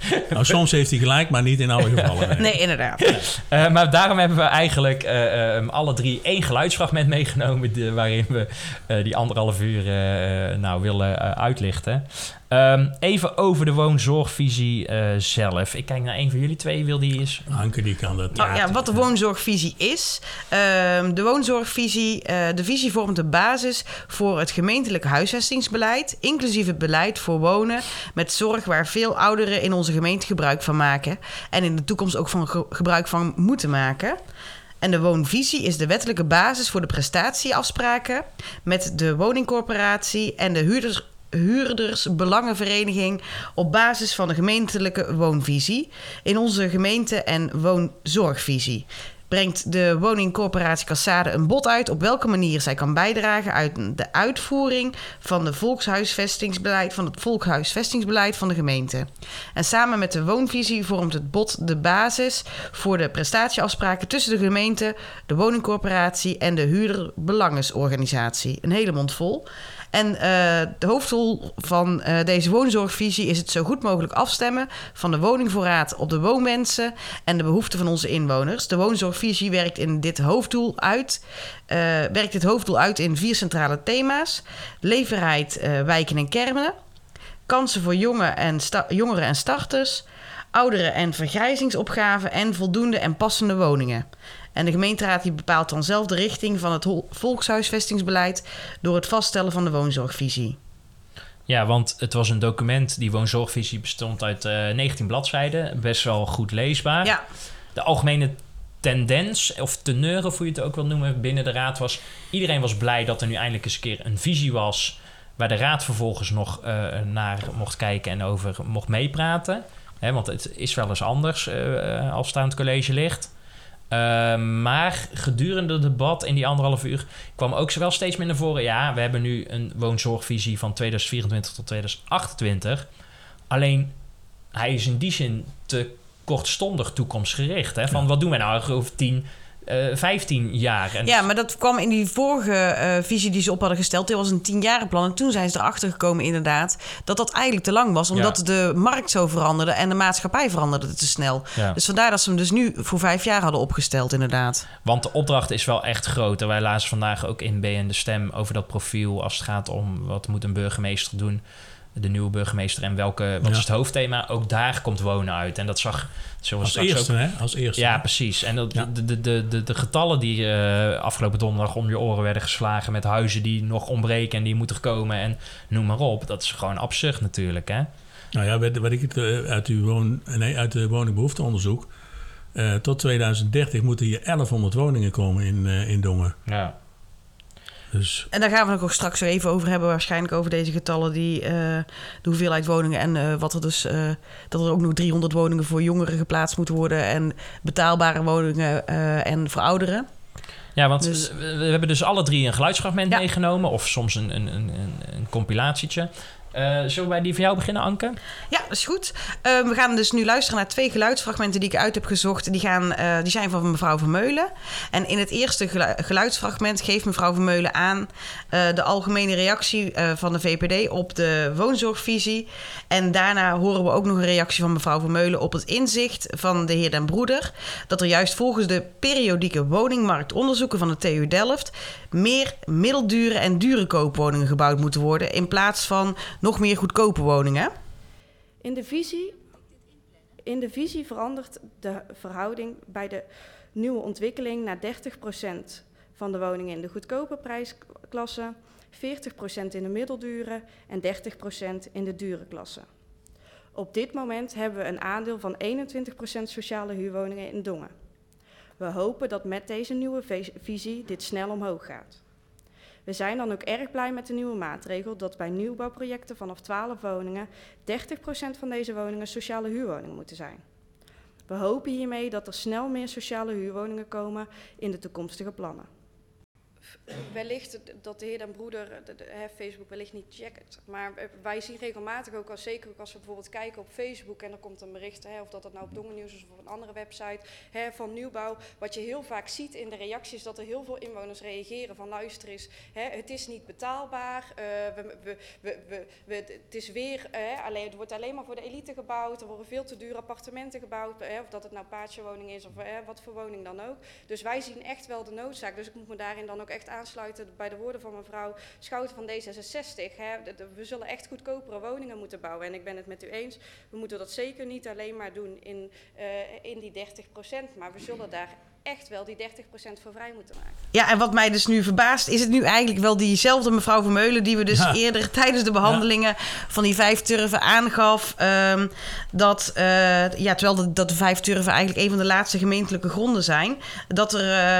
Nou, soms heeft hij gelijk, maar niet in alle gevallen. Nee, inderdaad. Maar daarom hebben we eigenlijk alle 3 één geluidsfragment meegenomen... waarin we die 1,5 uur willen uitlichten. Even over de woonzorgvisie zelf. Ik kijk naar een van jullie 2. Wil die eens... Anke, die kan dat. Wat de woonzorgvisie is. De woonzorgvisie, de visie vormt de basis voor het gemeentelijk huisvestingsbeleid... inclusief het beleid voor wonen met zorg waar veel ouderen in onze gemeente gebruik van maken... en in de toekomst ook van gebruik van moeten maken... En de woonvisie is de wettelijke basis voor de prestatieafspraken... met de woningcorporatie en de huurdersbelangenvereniging... op basis van de gemeentelijke woonvisie... in onze gemeente- en woonzorgvisie... brengt de woningcorporatie Cassade een bod uit... op welke manier zij kan bijdragen uit de uitvoering... van het volkshuisvestingsbeleid van de gemeente. En samen met de woonvisie vormt het bod de basis... voor de prestatieafspraken tussen de gemeente... de woningcorporatie en de huurderbelangensorganisatie. Een hele mond vol... En de hoofddoel van deze woonzorgvisie is het zo goed mogelijk afstemmen van de woningvoorraad op de woonwensen en de behoeften van onze inwoners. De woonzorgvisie werkt dit hoofddoel uit in 4 centrale thema's: leefbaarheid, wijken en kernen, kansen voor jongeren en starters, ouderen- en vergrijzingsopgaven en voldoende en passende woningen. En de gemeenteraad die bepaalt dan zelf de richting van het volkshuisvestingsbeleid door het vaststellen van de woonzorgvisie. Ja, want het was een document, die woonzorgvisie bestond uit 19 bladzijden. Best wel goed leesbaar. Ja. De algemene tendens, of teneur, of hoe je het ook wil noemen, binnen de raad was... iedereen was blij dat er nu eindelijk eens een keer een visie was... waar de raad vervolgens nog naar mocht kijken en over mocht meepraten. Want het is wel eens anders als het aan het college ligt... maar gedurende het debat in die 1,5 uur kwam ook wel steeds meer naar voren. Ja, we hebben nu een woonzorgvisie van 2024 tot 2028. Alleen, hij is in die zin te kortstondig toekomstgericht. Hè? Van wat doen we nou over 15 jaar? En maar dat kwam in die vorige visie die ze op hadden gesteld. Dit was een 10-jarenplan. En toen zijn ze erachter gekomen inderdaad dat eigenlijk te lang was. Omdat de markt zo veranderde en de maatschappij veranderde te snel. Ja. Dus vandaar dat ze hem dus nu voor 5 jaar hadden opgesteld inderdaad. Want de opdracht is wel echt groot. En wij lazen vandaag ook in BN De Stem over dat profiel... als het gaat om wat moet een burgemeester doen... de nieuwe burgemeester en wat is het hoofdthema. Ook daar komt wonen uit. En dat zag... Als eerste. Ja, precies. En de getallen die afgelopen donderdag om je oren werden geslagen... met huizen die nog ontbreken en die moeten komen en noem maar op. Dat is gewoon absurd natuurlijk, hè? Nou ja, wat ik uit de woningbehoefteonderzoek... tot 2030 moeten hier 1100 woningen komen in Dongen. Ja. Dus. En daar gaan we nog straks even over hebben, waarschijnlijk over deze getallen, de hoeveelheid woningen en wat er dus, dat er ook nog 300 woningen voor jongeren geplaatst moeten worden en betaalbare woningen en voor ouderen. Ja, want we hebben dus alle 3 een geluidsfragment meegenomen of soms een compilatietje. Zullen wij die voor jou beginnen, Anke? Ja, dat is goed. We gaan dus nu luisteren naar 2 geluidsfragmenten die ik uit heb gezocht. Die zijn van mevrouw Vermeulen. En in het eerste geluidsfragment geeft mevrouw Vermeulen aan de algemene reactie van de VPD op de woonzorgvisie. En daarna horen we ook nog een reactie van mevrouw Vermeulen op het inzicht van de heer Den Broeder dat er juist volgens de periodieke woningmarktonderzoeken van de TU Delft meer middeldure en dure koopwoningen gebouwd moeten worden in plaats van nog meer goedkope woningen. In de visie verandert de verhouding bij de nieuwe ontwikkeling naar 30% van de woningen in de goedkope prijsklasse, 40% in de middeldure en 30% in de dure klasse. Op dit moment hebben we een aandeel van 21% sociale huurwoningen in Dongen. We hopen dat met deze nieuwe visie dit snel omhoog gaat. We zijn dan ook erg blij met de nieuwe maatregel dat bij nieuwbouwprojecten vanaf 12 woningen 30% van deze woningen sociale huurwoningen moeten zijn. We hopen hiermee dat er snel meer sociale huurwoningen komen in de toekomstige plannen. wellicht dat de heer Den Broeder Facebook wellicht niet checkt. Maar wij zien regelmatig ook, zeker ook als we bijvoorbeeld kijken op Facebook en er komt een bericht, of dat het nou op Dongennieuws is of op een andere website, van nieuwbouw. Wat je heel vaak ziet in de reacties, dat er heel veel inwoners reageren van luister eens, het is niet betaalbaar, het is weer, het wordt alleen maar voor de elite gebouwd, er worden veel te dure appartementen gebouwd, of dat het nou paardjewoning is of wat voor woning dan ook. Dus wij zien echt wel de noodzaak. Dus ik moet me daarin dan ook echt aansluiten bij de woorden van mevrouw Schouten van D66. We zullen echt goedkopere woningen moeten bouwen. En ik ben het met u eens, we moeten dat zeker niet alleen maar doen in die 30%. Maar we zullen daar echt wel die 30% voor vrij moeten maken. Ja, en wat mij dus nu verbaast, is het nu eigenlijk wel diezelfde mevrouw Vermeulen die we dus eerder tijdens de behandelingen van die 5 turven aangaf, terwijl dat de 5 turven eigenlijk een van de laatste gemeentelijke gronden zijn, dat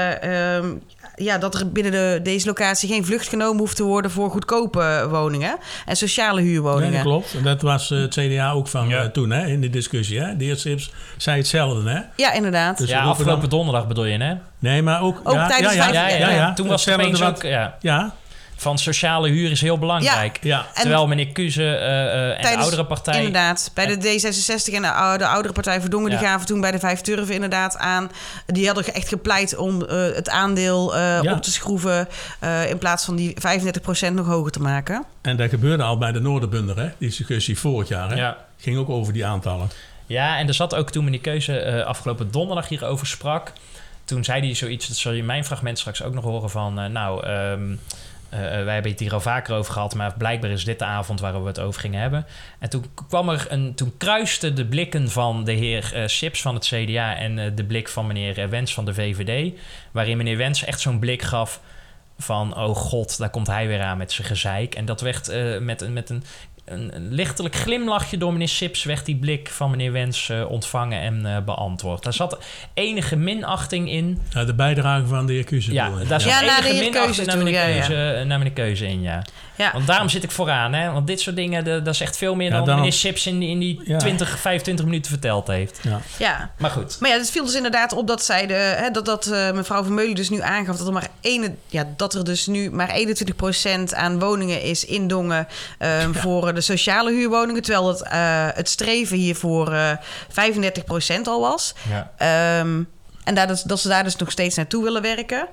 er binnen deze locatie geen vlucht genomen hoeft te worden voor goedkope woningen en sociale huurwoningen. Ja, dat klopt. En dat was het CDA ook van toen, in de discussie. Hè? De heer Sips zei hetzelfde, hè? Ja, inderdaad. Dus afgelopen donderdag bedoel je, hè? Nee, maar ook tijdens Toen was het opeens ook... Van sociale huur is heel belangrijk. Ja. Terwijl meneer Kuze en de oudere partij... Inderdaad, bij de D66 en de oudere partij Verdongen... die gaven toen bij de 5 turven inderdaad aan. Die hadden echt gepleit om het aandeel op te schroeven... in plaats van die 35% nog hoger te maken. En dat gebeurde al bij de Noorderbunder, hè? Die discussie vorig jaar, hè? Ja. Ging ook over die aantallen. Ja, en er zat ook toen meneer Keuze afgelopen donderdag hierover sprak... Toen zei hij zoiets, dat zul je in mijn fragment straks ook nog horen van... wij hebben het hier al vaker over gehad, maar blijkbaar is dit de avond waar we het over gingen hebben. En toen kruisten de blikken van de heer Sips van het CDA en de blik van meneer Wens van de VVD. Waarin meneer Wens echt zo'n blik gaf van, oh god, daar komt hij weer aan met zijn gezeik. En dat werd met een lichtelijk glimlachje door meneer Sips werd die blik van meneer Wens ontvangen en beantwoord. Daar zat enige minachting in. Ja, de bijdrage van de heer Keuze. Ja, daar zat enige minachting naar meneer Keuze in, ja. Want daarom zit ik vooraan, hè. Want dit soort dingen, dat is echt veel meer dan meneer Sips in die 25 minuten verteld heeft. Ja. Maar goed. Maar het viel dus inderdaad op dat zij mevrouw Vermeulen dus nu aangaf dat er dus nu maar 21% aan woningen is in Dongen voor de sociale huurwoningen, terwijl het streven hiervoor 35% al was. Ja. En dat ze daar dus nog steeds naartoe willen werken.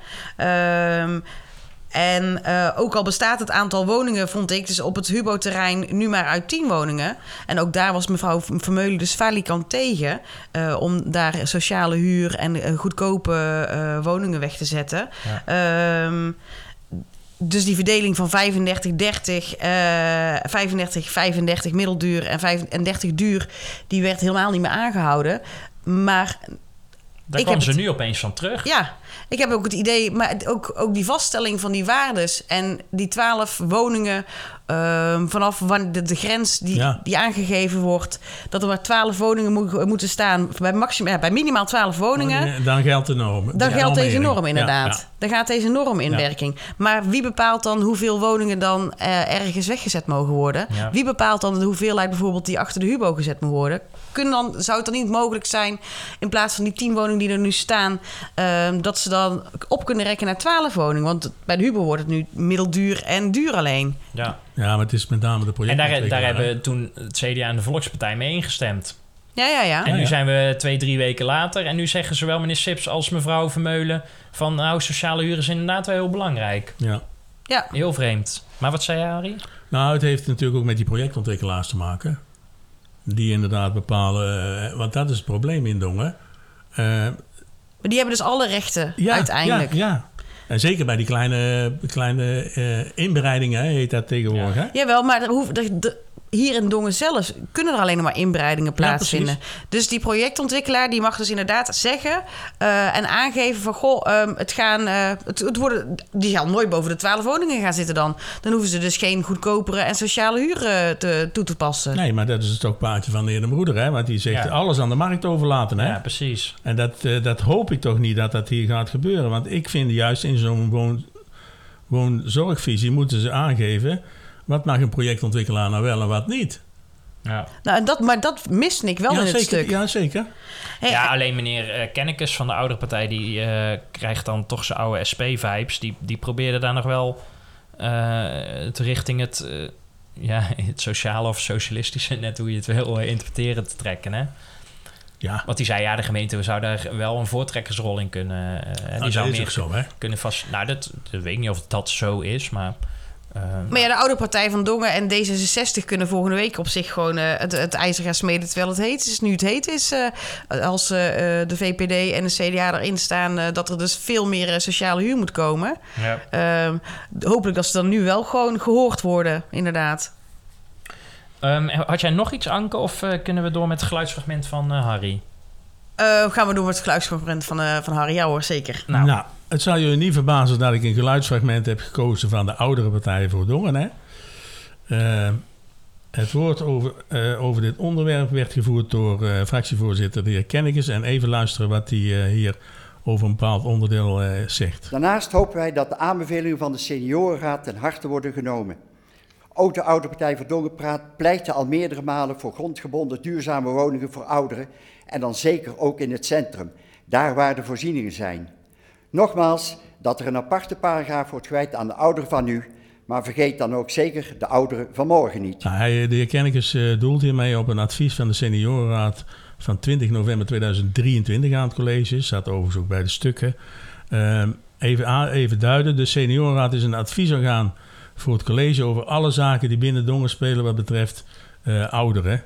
En ook al bestaat het aantal woningen, vond ik, dus op het Hubo-terrein nu maar uit 10 woningen. En ook daar was mevrouw Vermeulen dus falikant tegen om daar sociale huur en goedkope woningen weg te zetten. Ja. Dus die verdeling van 35 middelduur en 30 duur, die werd helemaal niet meer aangehouden. Maar daar kwam ze nu opeens van terug. Ja, ik heb ook het idee, maar ook die vaststelling van die waardes en die 12 woningen vanaf de grens die aangegeven wordt, dat er maar 12 woningen moeten staan bij minimaal 12 woningen. Dan geldt de norm. Dan geldt deze norm inderdaad. Ja. Dan gaat deze norm in werking. Maar wie bepaalt dan hoeveel woningen dan ergens weggezet mogen worden? Ja. Wie bepaalt dan de hoeveelheid bijvoorbeeld die achter de Hubo gezet moet worden? Zou het dan niet mogelijk zijn, in plaats van die 10 woningen die er nu staan, dat ze dan op kunnen rekken naar 12 woningen? Want bij de Hubo wordt het nu middelduur en duur alleen. Ja. Ja, maar het is met name de projecten. En daar hebben toen het CDA en de Volkspartij mee ingestemd. Ja. En nu zijn we 2-3 weken later. En nu zeggen zowel meneer Sips als mevrouw Vermeulen van sociale huur is inderdaad wel heel belangrijk. Ja. Heel vreemd. Maar wat zei jij, Arie? Nou, het heeft natuurlijk ook met die projectontwikkelaars te maken. Die inderdaad bepalen, want dat is het probleem in Dongen. Maar die hebben dus alle rechten uiteindelijk. Ja. En zeker bij die kleine inbereidingen heet dat tegenwoordig. Hè? Jawel, maar hier in Dongen zelf kunnen er alleen nog maar inbreidingen plaatsvinden. Ja, dus die projectontwikkelaar die mag dus inderdaad zeggen en aangeven van die gaan nooit boven de 12 woningen gaan zitten dan. Dan hoeven ze dus geen goedkopere en sociale huur toe te passen. Nee, maar dat is het stokpaardje van de heer De Broeder, hè? Want die zegt alles aan de markt overlaten, hè? Ja, precies. En dat hoop ik toch niet dat hier gaat gebeuren. Want ik vind juist in zo'n woonzorgvisie moeten ze aangeven, wat mag een projectontwikkelaar nou wel en wat niet? Ja. Nou, maar dat miste ik wel in het stuk. Ja, zeker. Hey, ja, alleen meneer Kennekes van de oudere partij... die krijgt dan toch zijn oude SP-vibes. Die probeerde daar nog wel het richting het sociale of socialistische... net hoe je het wil interpreteren te trekken, hè? Ja. Want die zei, de gemeente zou daar wel een voortrekkersrol in kunnen... die zou meer zo, hè? Kunnen vast... Nou, dat weet ik niet of dat zo is, maar... Maar de oude partij van Dongen en D66 kunnen volgende week op zich gewoon het ijzer gaan smeden terwijl het heet is. Nu het heet is, als de VPD en de CDA erin staan, dat er dus veel meer sociale huur moet komen. Ja. Hopelijk dat ze dan nu wel gewoon gehoord worden, inderdaad. Had jij nog iets, Anke, of kunnen we door met het geluidsfragment van Harry? Gaan we door met het geluidsfragment van Harry? Ja hoor, zeker. Nou, het zal je niet verbazen dat ik een geluidsfragment heb gekozen van de oudere partij voor Dongen. Hè? Het woord over dit onderwerp werd gevoerd door fractievoorzitter de heer Kennekes. En even luisteren wat hij hier over een bepaald onderdeel zegt. Daarnaast hopen wij dat de aanbevelingen van de seniorenraad ten harte worden genomen. Ook de oude partij voor Dongen pleitte al meerdere malen voor grondgebonden duurzame woningen voor ouderen. En dan zeker ook in het centrum, daar waar de voorzieningen zijn. Nogmaals, dat er een aparte paragraaf wordt gewijd aan de ouderen van nu, maar vergeet dan ook zeker de ouderen van morgen niet. Nou, de heer Kennekes doelt hiermee op een advies van de seniorenraad van 20 november 2023 aan het college. Staat overigens ook bij de stukken. Even duiden, de seniorenraad is een adviesorgaan voor het college over alle zaken die binnen Dongen spelen wat betreft ouderen.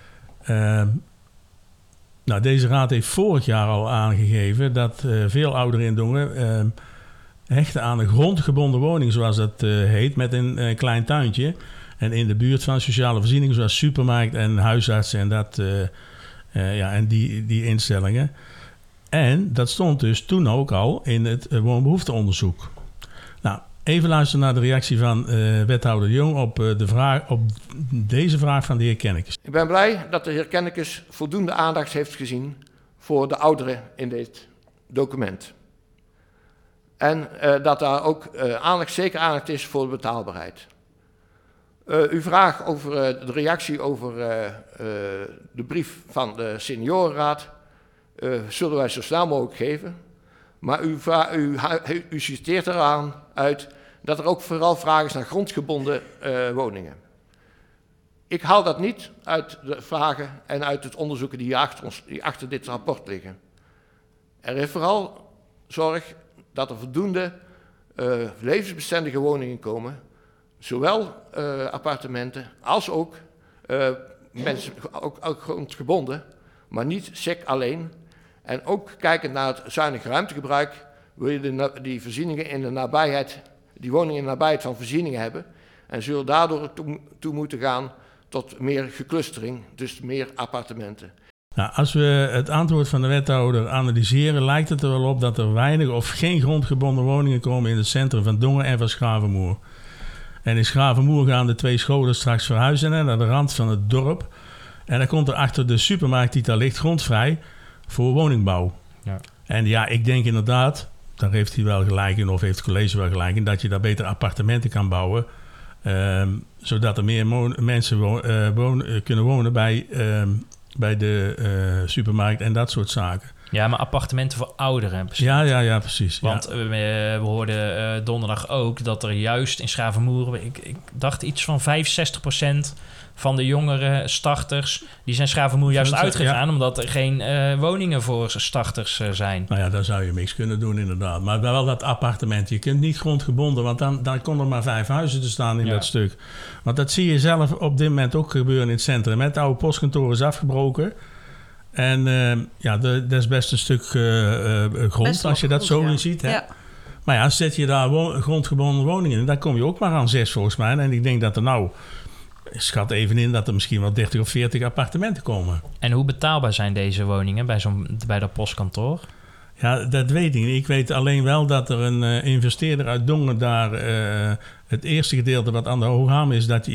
Nou, deze raad heeft vorig jaar al aangegeven dat veel ouderen in Dongen hechten aan een grondgebonden woning, zoals dat heet, met een klein tuintje. En in de buurt van sociale voorzieningen, zoals supermarkt en huisartsen en dat, en die instellingen. En dat stond dus toen ook al in het woonbehoefteonderzoek. Nou, even luisteren naar de reactie van wethouder Jong op deze vraag van de heer Kennekes. Ik ben blij dat de heer Kennekes voldoende aandacht heeft gezien voor de ouderen in dit document. En dat daar ook zeker aandacht is voor de betaalbaarheid. Uw vraag over de reactie over de brief van de seniorenraad zullen wij zo snel mogelijk geven. Maar u citeert eraan uit dat er ook vooral vraag is naar grondgebonden woningen. Ik haal dat niet uit de vragen en uit het onderzoeken die achter dit rapport liggen. Er is vooral zorg dat er voldoende levensbestendige woningen komen. Zowel appartementen als ook mensen, ook grondgebonden, maar niet SEC alleen. En ook kijkend naar het zuinig ruimtegebruik wil je die voorzieningen in de nabijheid, die woningen in de nabijheid van voorzieningen hebben. En zullen daardoor toe moeten gaan tot meer geclustering, dus meer appartementen. Nou, als we het antwoord van de wethouder analyseren, lijkt het er wel op dat er weinig of geen grondgebonden woningen komen in het centrum van Dongen en van Schavenmoer. En in Schavenmoer gaan de 2 scholen straks verhuizen naar de rand van het dorp. En dan komt er achter de supermarkt die daar ligt grondvrij voor woningbouw. Ja. En ja, ik denk inderdaad, daar heeft hij wel gelijk in, of heeft het college wel gelijk in, dat je daar beter appartementen kan bouwen. Zodat er meer mensen kunnen wonen bij de supermarkt en dat soort zaken. Ja, maar appartementen voor ouderen. Ja, precies. Want we hoorden donderdag ook dat er juist in Schavenmoer, ik dacht iets van 65% van de jongere starters, die zijn Schavenmoer juist uitgegaan, omdat er geen woningen voor starters zijn. Nou ja, daar zou je niks kunnen doen inderdaad. Maar wel dat appartement. Je kunt niet grondgebonden, want dan kon er maar 5 huizen te staan in dat stuk. Want dat zie je zelf op dit moment ook gebeuren in het centrum. Het oude postkantoor is afgebroken. En dat is best een stuk grond, als je dat zo in ziet. Hè? Ja. Maar ja, zet je daar grondgebonden woningen in, dan kom je ook maar aan 6 volgens mij. En ik denk dat er schat even in dat er misschien wel 30 of 40 appartementen komen. En hoe betaalbaar zijn deze woningen bij dat postkantoor? Ja, dat weet ik niet. Ik weet alleen wel dat er een investeerder uit Dongen daar het eerste gedeelte wat aan de Hooghaam is, dat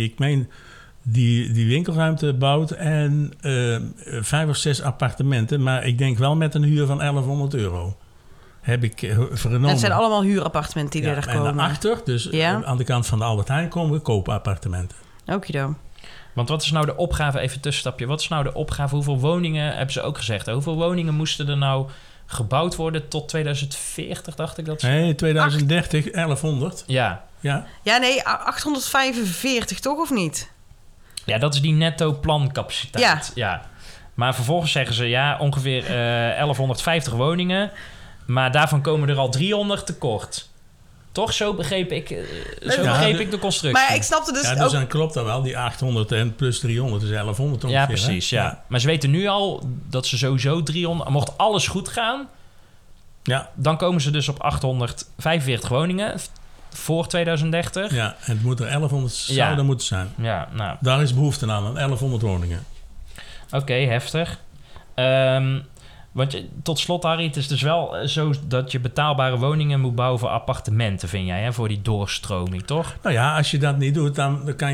die winkelruimte bouwt en 5 of 6 appartementen. Maar ik denk wel met een huur van €1100. Heb ik vernomen. En het zijn allemaal huurappartementen die er komen. En daarachter, dus aan de kant van de Albert Heijn, komen kooappartementen. Okido. Want wat is nou de opgave, even tussenstapje, wat is nou de opgave, hoeveel woningen, hebben ze ook gezegd, hoeveel woningen moesten er nou gebouwd worden tot 2040, dacht ik dat? Nee, 2030, 1100. Ja. Ja, nee, 845 toch, of niet? Ja, dat is die netto plancapaciteit. Ja. Maar vervolgens zeggen ze, ongeveer 1150 woningen, maar daarvan komen er al 300 tekort. Toch? Zo begreep ik de constructie. Maar ik snapte dus dus dan klopt dat wel. Die 800 en plus 300 is 1100 ongeveer. Ja, precies. Ja. Maar ze weten nu al dat ze sowieso 300... Mocht alles goed gaan, dan komen ze dus op 845 woningen voor 2030. Ja, en het moet er 1100 zouden moeten zijn. Ja, nou. Daar is behoefte aan 1100 woningen. Oké, heftig. Want tot slot, Harry, het is dus wel zo dat je betaalbare woningen moet bouwen voor appartementen, vind jij, hè? Voor die doorstroming, toch? Nou ja, als je dat niet doet, dan kan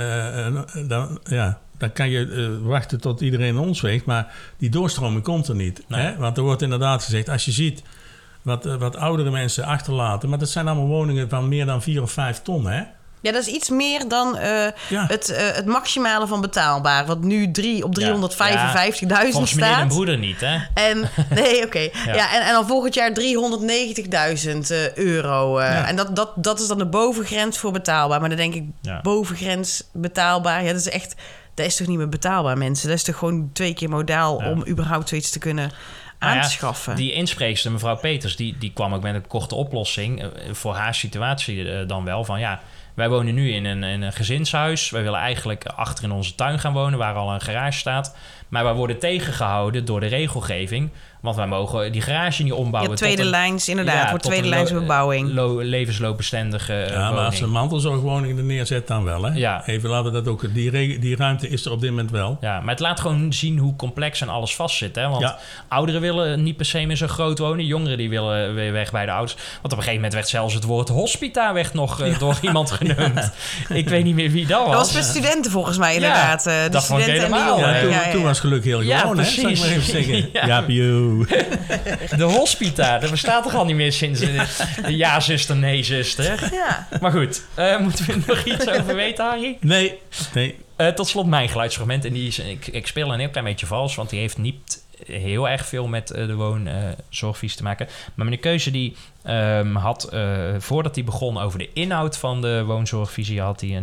je wachten tot iedereen ons weegt. Maar die doorstroming komt er niet. Nee. Hè? Want er wordt inderdaad gezegd, als je ziet wat oudere mensen achterlaten, maar dat zijn allemaal woningen van meer dan 4 of 5 ton, hè? Ja, dat is iets meer dan het maximale van betaalbaar. Wat nu op 355.000 staat. Volgens mij mijn broeder niet, hè? En, nee, oké. En dan volgend jaar 390.000 euro. En dat is dan de bovengrens voor betaalbaar. Maar dan denk ik, bovengrens betaalbaar. Ja, dat is echt... Dat is toch niet meer betaalbaar, mensen? Dat is toch gewoon 2 keer modaal om überhaupt zoiets te kunnen aanschaffen. Die inspreekster, mevrouw Peters, die kwam ook met een korte oplossing. Voor haar situatie dan wel. Van wij wonen nu in een gezinshuis. Wij willen eigenlijk achter in onze tuin gaan wonen, waar al een garage staat. Maar wij worden tegengehouden door de regelgeving. Want wij mogen die garage niet ombouwen. Ja, tweede lijns, inderdaad. Voor tweede lijns bebouwing. Levensloopbestendige woning. Maar als ze mantelzorgwoningen er neerzet, dan wel. Hè? Ja. Even laten we dat ook... Die ruimte is er op dit moment wel. Ja, maar het laat gewoon zien hoe complex en alles vastzit. Hè? Want ouderen willen niet per se meer zo groot wonen. Jongeren die willen weer weg bij de ouders. Want op een gegeven moment werd zelfs het woord hospita nog door iemand genoemd. Ik weet niet meer wie dat was. Dat was met studenten volgens mij inderdaad. Ja, de studenten en die jongeren. Toen was geluk heel gewoon, hè? Zal ik maar even zeggen. Ja, de hospita, dat bestaat toch al niet meer sinds ja, zuster, nee, zuster. Ja. Maar goed, moeten we er nog iets over weten, Harry? Nee. Tot slot mijn geluidsfragment. En ik speel een heel klein beetje vals, want die heeft niet heel erg veel met de woonzorgvisie te maken. Maar meneer Keuze die had, voordat hij begon over de inhoud van de woonzorgvisie, had hij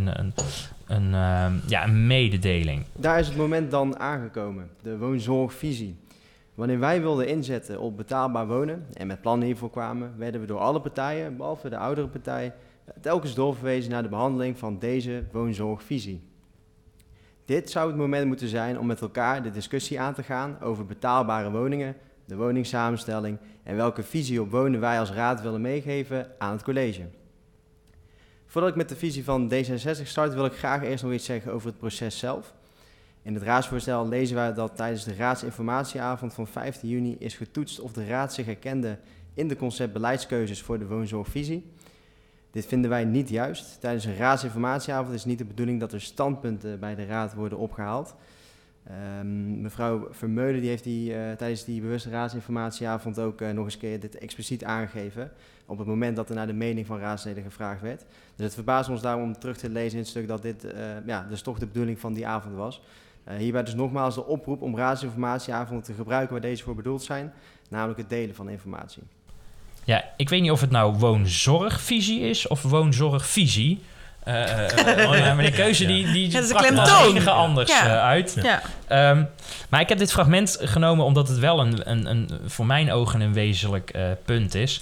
een mededeling. Daar is het moment dan aangekomen, de woonzorgvisie. Wanneer wij wilden inzetten op betaalbaar wonen en met plannen hiervoor kwamen, werden we door alle partijen, behalve de oudere partij, telkens doorverwezen naar de behandeling van deze woonzorgvisie. Dit zou het moment moeten zijn om met elkaar de discussie aan te gaan over betaalbare woningen, de woningsamenstelling en welke visie op wonen wij als raad willen meegeven aan het college. Voordat ik met de visie van D66 start, wil ik graag eerst nog iets zeggen over het proces zelf. In het raadsvoorstel lezen wij dat tijdens de raadsinformatieavond van 15 juni is getoetst of de raad zich herkende in de concept beleidskeuzes voor de woonzorgvisie. Dit vinden wij niet juist. Tijdens een raadsinformatieavond is niet de bedoeling dat er standpunten bij de raad worden opgehaald. Mevrouw Vermeulen die heeft tijdens die bewuste raadsinformatieavond ook nog eens keer dit expliciet aangegeven. Op het moment dat er naar de mening van raadsleden gevraagd werd. Dus het verbaast ons daarom om terug te lezen in het stuk dat dit dus toch de bedoeling van die avond was. Hierbij dus nogmaals de oproep om raadsinformatieavonden te gebruiken waar deze voor bedoeld zijn. Namelijk het delen van informatie. Ja, ik weet niet of het nou woonzorgvisie is of woonzorgvisie. Meneer Keuze die sprak er enige anders uit. Ja. Maar ik heb dit fragment genomen omdat het wel een voor mijn ogen een wezenlijk punt is.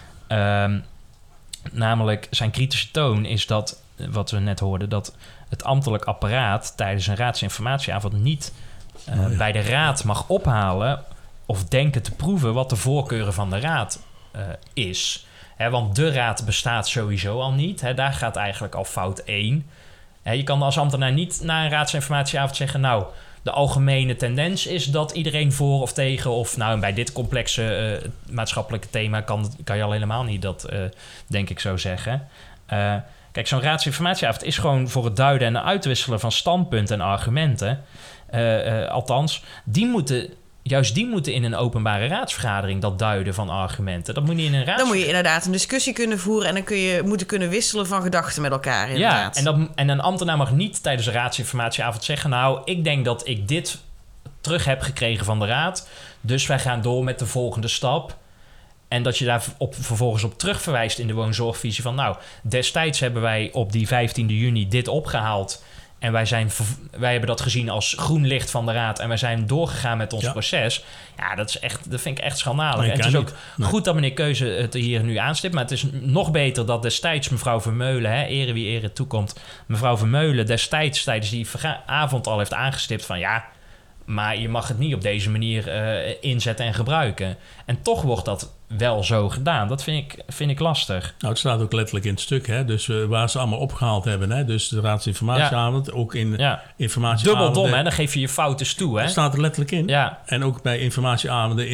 Namelijk zijn kritische toon is dat, wat we net hoorden, dat het ambtelijk apparaat tijdens een raadsinformatieavond niet bij de raad mag ophalen of denken te proeven wat de voorkeuren van de raad is. Want de raad bestaat sowieso al niet. Daar gaat eigenlijk al fout 1. Je kan als ambtenaar niet na een raadsinformatieavond zeggen, nou, de algemene tendens is dat iedereen voor of tegen, of nou, bij dit complexe maatschappelijke thema kan je al helemaal niet dat, denk ik, zo zeggen. Kijk, zo'n raadsinformatieavond is gewoon voor het duiden en uitwisselen van standpunten en argumenten. Althans, die moeten juist die moeten in een openbare raadsvergadering dat duiden van argumenten. Dat moet niet in een Dan moet je inderdaad een discussie kunnen voeren... en dan moeten kunnen wisselen van gedachten met elkaar, inderdaad. Ja, en een ambtenaar mag niet tijdens de raadsinformatieavond zeggen... nou, ik denk dat ik dit terug heb gekregen van de raad... dus wij gaan door met de volgende stap... En dat je daar vervolgens op terugverwijst in de woonzorgvisie van... nou, destijds hebben wij op die 15e juni dit opgehaald... en wij hebben dat gezien als groen licht van de raad... en wij zijn doorgegaan met ons proces. Ja, dat vind ik echt schandalig. En het is ook goed dat meneer Keuze het hier nu aanstipt... maar het is nog beter dat destijds mevrouw Vermeulen... ere wie ere toekomt, mevrouw Vermeulen destijds tijdens die avond al heeft aangestipt van... ja. Maar je mag het niet op deze manier inzetten en gebruiken. En toch wordt dat wel zo gedaan. Dat vind ik lastig. Nou, het staat ook letterlijk in het stuk. Hè? Dus waar ze allemaal opgehaald hebben. Hè? Dus de raadsinformatieavond, ook in informatieavonden. Dubbel dom, hè? Dan geef je je fouten toe. Hè? Dat staat er letterlijk in. Ja. En ook bij informatieavonden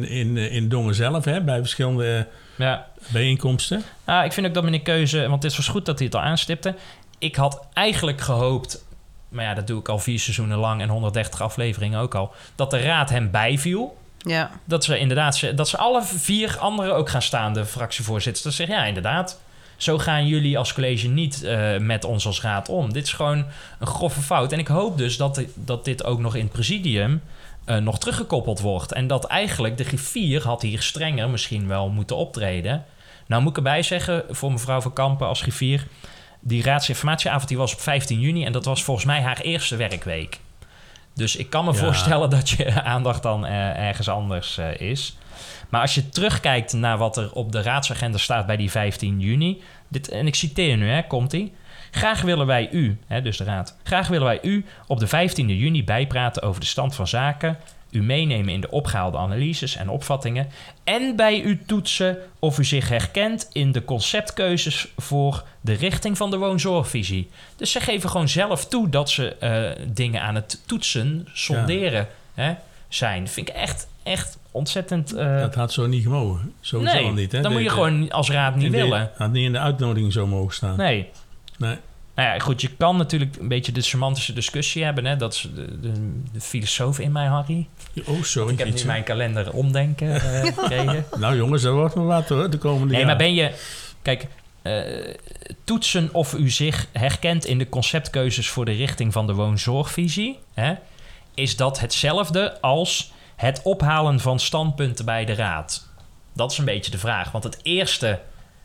in Dongen zelf. Hè? Bij verschillende bijeenkomsten. Ja, ik vind ook dat meneer Keuze... want het was goed dat hij het al aanstipte. Ik had eigenlijk gehoopt... maar ja, dat doe ik al 4 seizoenen lang... en 130 afleveringen ook al... dat de raad hem bijviel. Ja. Dat ze inderdaad... dat ze alle 4 anderen ook gaan staan... de fractievoorzitters. Dat ze zeggen, ja, inderdaad... zo gaan jullie als college niet met ons als raad om. Dit is gewoon een grove fout. En ik hoop dus dat dit ook nog in het presidium... nog teruggekoppeld wordt. En dat eigenlijk de griffier had hier strenger misschien wel moeten optreden. Nou moet ik erbij zeggen... voor mevrouw Van Kampen als griffier... die raadsinformatieavond die was op 15 juni... en dat was volgens mij haar eerste werkweek. Dus ik kan me voorstellen dat je aandacht dan ergens anders is. Maar als je terugkijkt naar wat er op de raadsagenda staat... bij die 15 juni... en ik citeer nu, komt-ie... Graag willen wij u, dus de raad... graag willen wij u op de 15e juni bijpraten over de stand van zaken... u meenemen in de opgehaalde analyses en opvattingen... en bij u toetsen of u zich herkent in de conceptkeuzes... voor de richting van de woonzorgvisie. Dus ze geven gewoon zelf toe dat ze dingen aan het toetsen, sonderen zijn. Dat vind ik echt ontzettend... Dat had zo niet gemogen. Sowieso niet. Hè? Dan moet je gewoon als raad niet willen. Had niet in de uitnodiging zo mogen staan. Nee. Nou ja, goed, je kan natuurlijk een beetje de semantische discussie hebben. Hè? Dat is de filosoof in mij, Harry. Oh, sorry. Ik heb nu mijn kalender omdenken gekregen. Nou jongens, dat wordt maar wat hoor, de komende jaren. Maar ben je... Kijk, toetsen of u zich herkent in de conceptkeuzes... voor de richting van de woonzorgvisie... is dat hetzelfde als het ophalen van standpunten bij de raad? Dat is een beetje de vraag. Want het eerste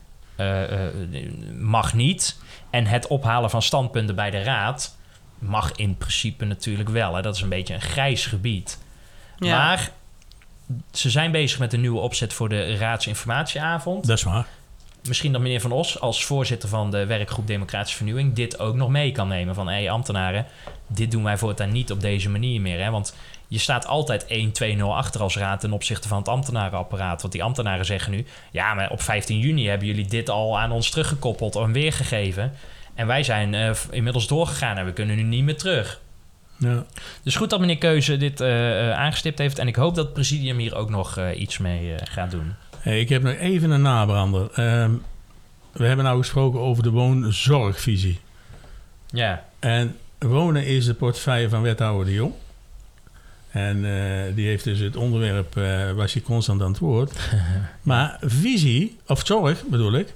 mag niet... En het ophalen van standpunten bij de raad mag in principe natuurlijk wel. Hè? Dat is een beetje een grijs gebied. Ja. Maar ze zijn bezig met een nieuwe opzet voor de raadsinformatieavond. Dat is waar. Misschien dat meneer Van Os als voorzitter van de werkgroep Democratische Vernieuwing... dit ook nog mee kan nemen van... ambtenaren, dit doen wij voortaan niet op deze manier meer. Hè? Want je staat altijd 1-2-0 achter als raad... ten opzichte van het ambtenarenapparaat. Want die ambtenaren zeggen nu... ja, maar op 15 juni hebben jullie dit al aan ons teruggekoppeld... en weergegeven. En wij zijn inmiddels doorgegaan en we kunnen nu niet meer terug. Ja. Dus goed dat meneer Keuze dit aangestipt heeft... en ik hoop dat het presidium hier ook nog iets mee gaat doen. Hey, ik heb nog even een nabrander. We hebben nou gesproken over de woonzorgvisie. Ja. En wonen is de portefeuille van wethouder De Jong. En die heeft dus het onderwerp, was hij constant aan het woord. Maar visie, of zorg bedoel ik,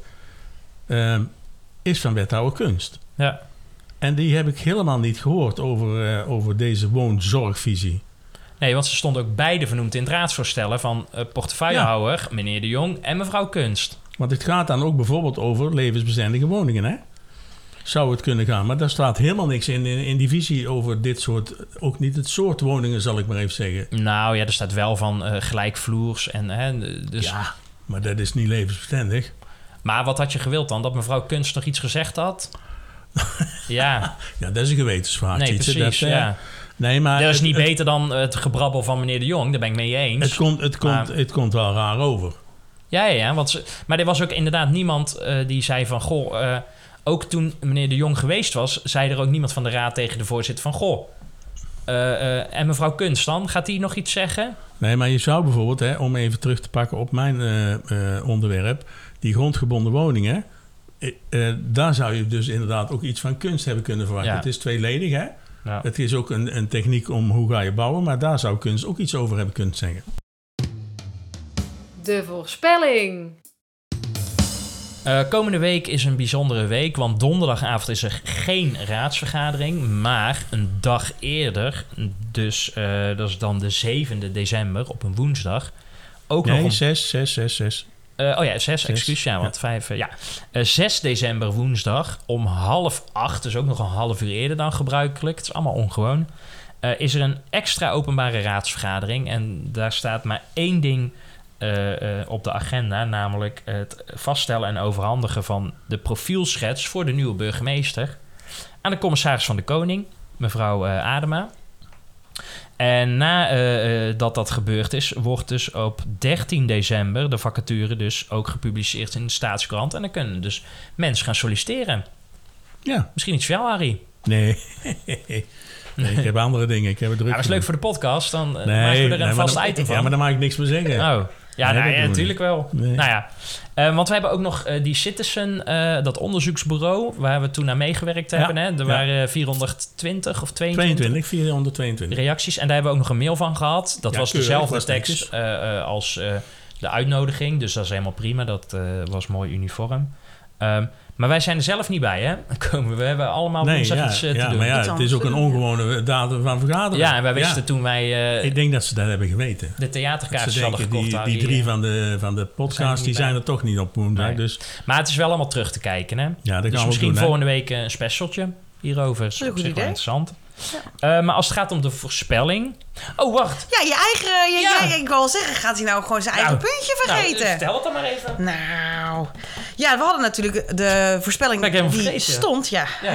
is van wethouder Kunst. Ja. En die heb ik helemaal niet gehoord over deze woonzorgvisie. Nee, want ze stonden ook beide vernoemd in het raadsvoorstellen van portefeuillehouder, meneer De Jong en mevrouw Kunst. Want het gaat dan ook bijvoorbeeld over levensbestendige woningen, hè? Zou het kunnen gaan, maar daar staat helemaal niks in die visie over dit soort, ook niet het soort woningen, zal ik maar even zeggen. Nou ja, er staat wel van gelijkvloers en... dus... Ja, maar dat is niet levensbestendig. Maar wat had je gewild dan? Dat mevrouw Kunst nog iets gezegd had? Ja. Ja, dat is een gewetensvraag. Nee, precies, ja. Nee, maar dat is niet beter dan het gebrabbel van meneer De Jong, daar ben ik mee eens. Het komt wel raar over. Ja, maar er was ook inderdaad niemand die zei van... goh, ook toen meneer De Jong geweest was... zei er ook niemand van de raad tegen de voorzitter van... goh, en mevrouw Kunst dan? Gaat die nog iets zeggen? Nee, maar je zou bijvoorbeeld, om even terug te pakken op mijn onderwerp... die grondgebonden woningen... daar zou je dus inderdaad ook iets van Kunst hebben kunnen verwachten. Ja. Het is tweeledig, hè? Ja. Het is ook een techniek om hoe ga je bouwen, maar daar zou kunst ook iets over hebben kunnen zeggen. De voorspelling. Komende week is een bijzondere week, want donderdagavond is er geen raadsvergadering, maar een dag eerder, dus dat is dan de 7e december op een woensdag. Ook nog 6. 6, excuus, ja, want 5, 6 december woensdag om 7:30, dus ook nog een half uur eerder dan gebruikelijk, het is allemaal ongewoon, is er een extra openbare raadsvergadering en daar staat maar één ding op de agenda, namelijk het vaststellen en overhandigen van de profielschets voor de nieuwe burgemeester aan de commissaris van de Koning, mevrouw Adema. En nadat dat gebeurd is, wordt dus op 13 december de vacature dus ook gepubliceerd in de Staatskrant. En dan kunnen dus mensen gaan solliciteren. Ja. Misschien iets voor jou, Harry? Nee, ik heb andere dingen. Ik heb het druk. Dat is leuk voor de podcast, dan maken we er een vast item van. Ja, maar dan mag ik niks meer zeggen. Oh. Ja, nee, natuurlijk wel. Nee. Nou ja, want we hebben ook nog die Citizen, dat onderzoeksbureau, waar we toen aan meegewerkt hebben. Hè? Er waren 420 of 422 reacties. En daar hebben we ook nog een mail van gehad. Dat was dezelfde tekst als de uitnodiging. Dus dat is helemaal prima. Dat was mooi uniform. Maar wij zijn er zelf niet bij, hè? We hebben allemaal woensdag iets te doen. Maar het is ook een ongewone datum van vergadering. Ja, en wij wisten toen wij... ik denk dat ze dat hebben geweten. De theaterkaartjes hadden gekocht. Die 3 van de podcast, die zijn er toch niet op woensdag. Nee. Dus. Maar het is wel allemaal terug te kijken, hè? Ja, dat dus misschien volgende week een specialtje hierover. Dat is goed idee. Wel interessant. Ja. Maar als het gaat om de voorspelling... Oh, wacht. Ja, je eigen... Ik wil zeggen, gaat hij nou gewoon zijn eigen puntje vergeten? Nou, vertel het dan maar even. Nou... Ja, we hadden natuurlijk de voorspelling die stond.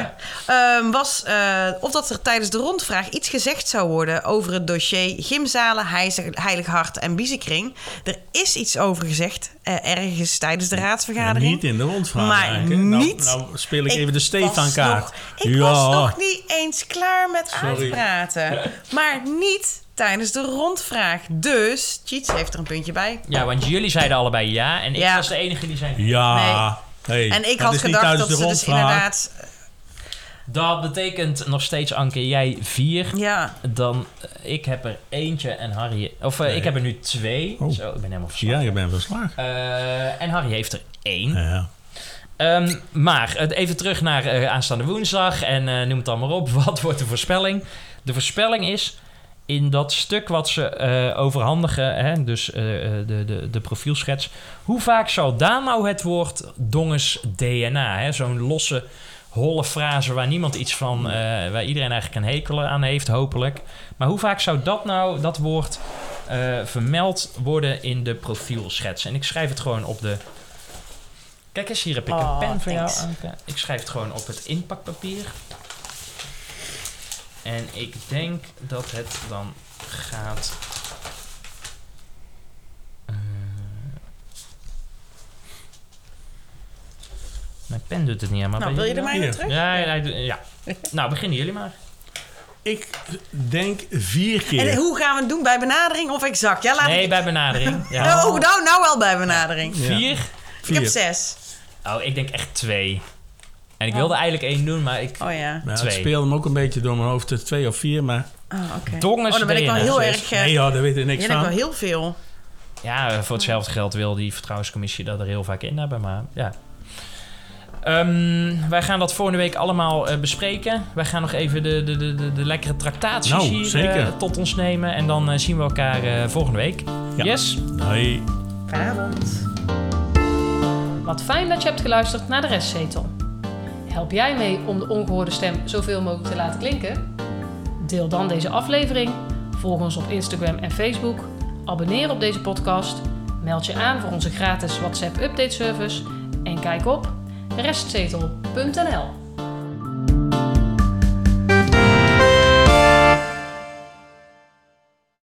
Was of dat er tijdens de rondvraag iets gezegd zou worden over het dossier gymzalen, Heilig Hart en Biezenkring. Er is iets over gezegd ergens tijdens de raadsvergadering. Ja, niet in de rondvraag. Maar niet... Nou speel ik even de Stefan-kaart. Ik was nog niet eens klaar met uitpraten. Maar niet tijdens de rondvraag. Dus Cheats heeft er een puntje bij. Ja, want jullie zeiden allebei ja. En ik was de enige die zei ja. Nee. En ik had gedacht dat ze dus inderdaad... Dat betekent nog steeds, Anke, jij 4. Ja. Dan, ik heb er eentje en Harry... Of ik heb er nu 2. Oh. Zo, ik ben helemaal verslagen. Ja, je bent verslagen. En Harry heeft er 1. Ja. Maar even terug naar aanstaande woensdag. En noem het dan maar op. Wat wordt de voorspelling? De voorspelling is... In dat stuk wat ze overhandigen, hè, dus de profielschets... Hoe vaak zou daar nou het woord Donges DNA... Hè, zo'n losse, holle frase waar niemand iets van... waar iedereen eigenlijk een hekel aan heeft, hopelijk. Maar hoe vaak zou dat woord vermeld worden in de profielschets? En ik schrijf het gewoon op de... Kijk eens, hier heb ik een pen voor jou, Anke. Ik schrijf het gewoon op het inpakpapier... En ik denk dat het dan gaat... Mijn pen doet het niet aan. Maar nou, wil je er maar weer terug? Ja. Nou, beginnen jullie maar. Ik denk 4 keer. En hoe gaan we het doen? Bij benadering of exact? Ja, bij benadering. Ja. Nou wel bij benadering. 4? Ik heb 6. Oh, ik denk echt 2. En ik wilde eigenlijk 1 doen, maar ik... Oh ja. 2. Ik speelde hem ook een beetje door mijn hoofd, 2 of 4, maar... Oké. Donges dan ben ik wel heel erg... Nee, daar weet ik niks van. Je hebt wel heel veel. Ja, voor hetzelfde geld wil die vertrouwenscommissie dat er heel vaak in hebben, maar ja... wij gaan dat volgende week allemaal bespreken. Wij gaan nog even de lekkere tractaties hier tot ons nemen. En dan zien we elkaar volgende week. Ja. Yes? Hoi. Fijne avond. Wat fijn dat je hebt geluisterd naar de restzetel. Help jij mee om de ongehoorde stem zoveel mogelijk te laten klinken? Deel dan deze aflevering. Volg ons op Instagram en Facebook. Abonneer op deze podcast. Meld je aan voor onze gratis WhatsApp update service. En kijk op restzetel.nl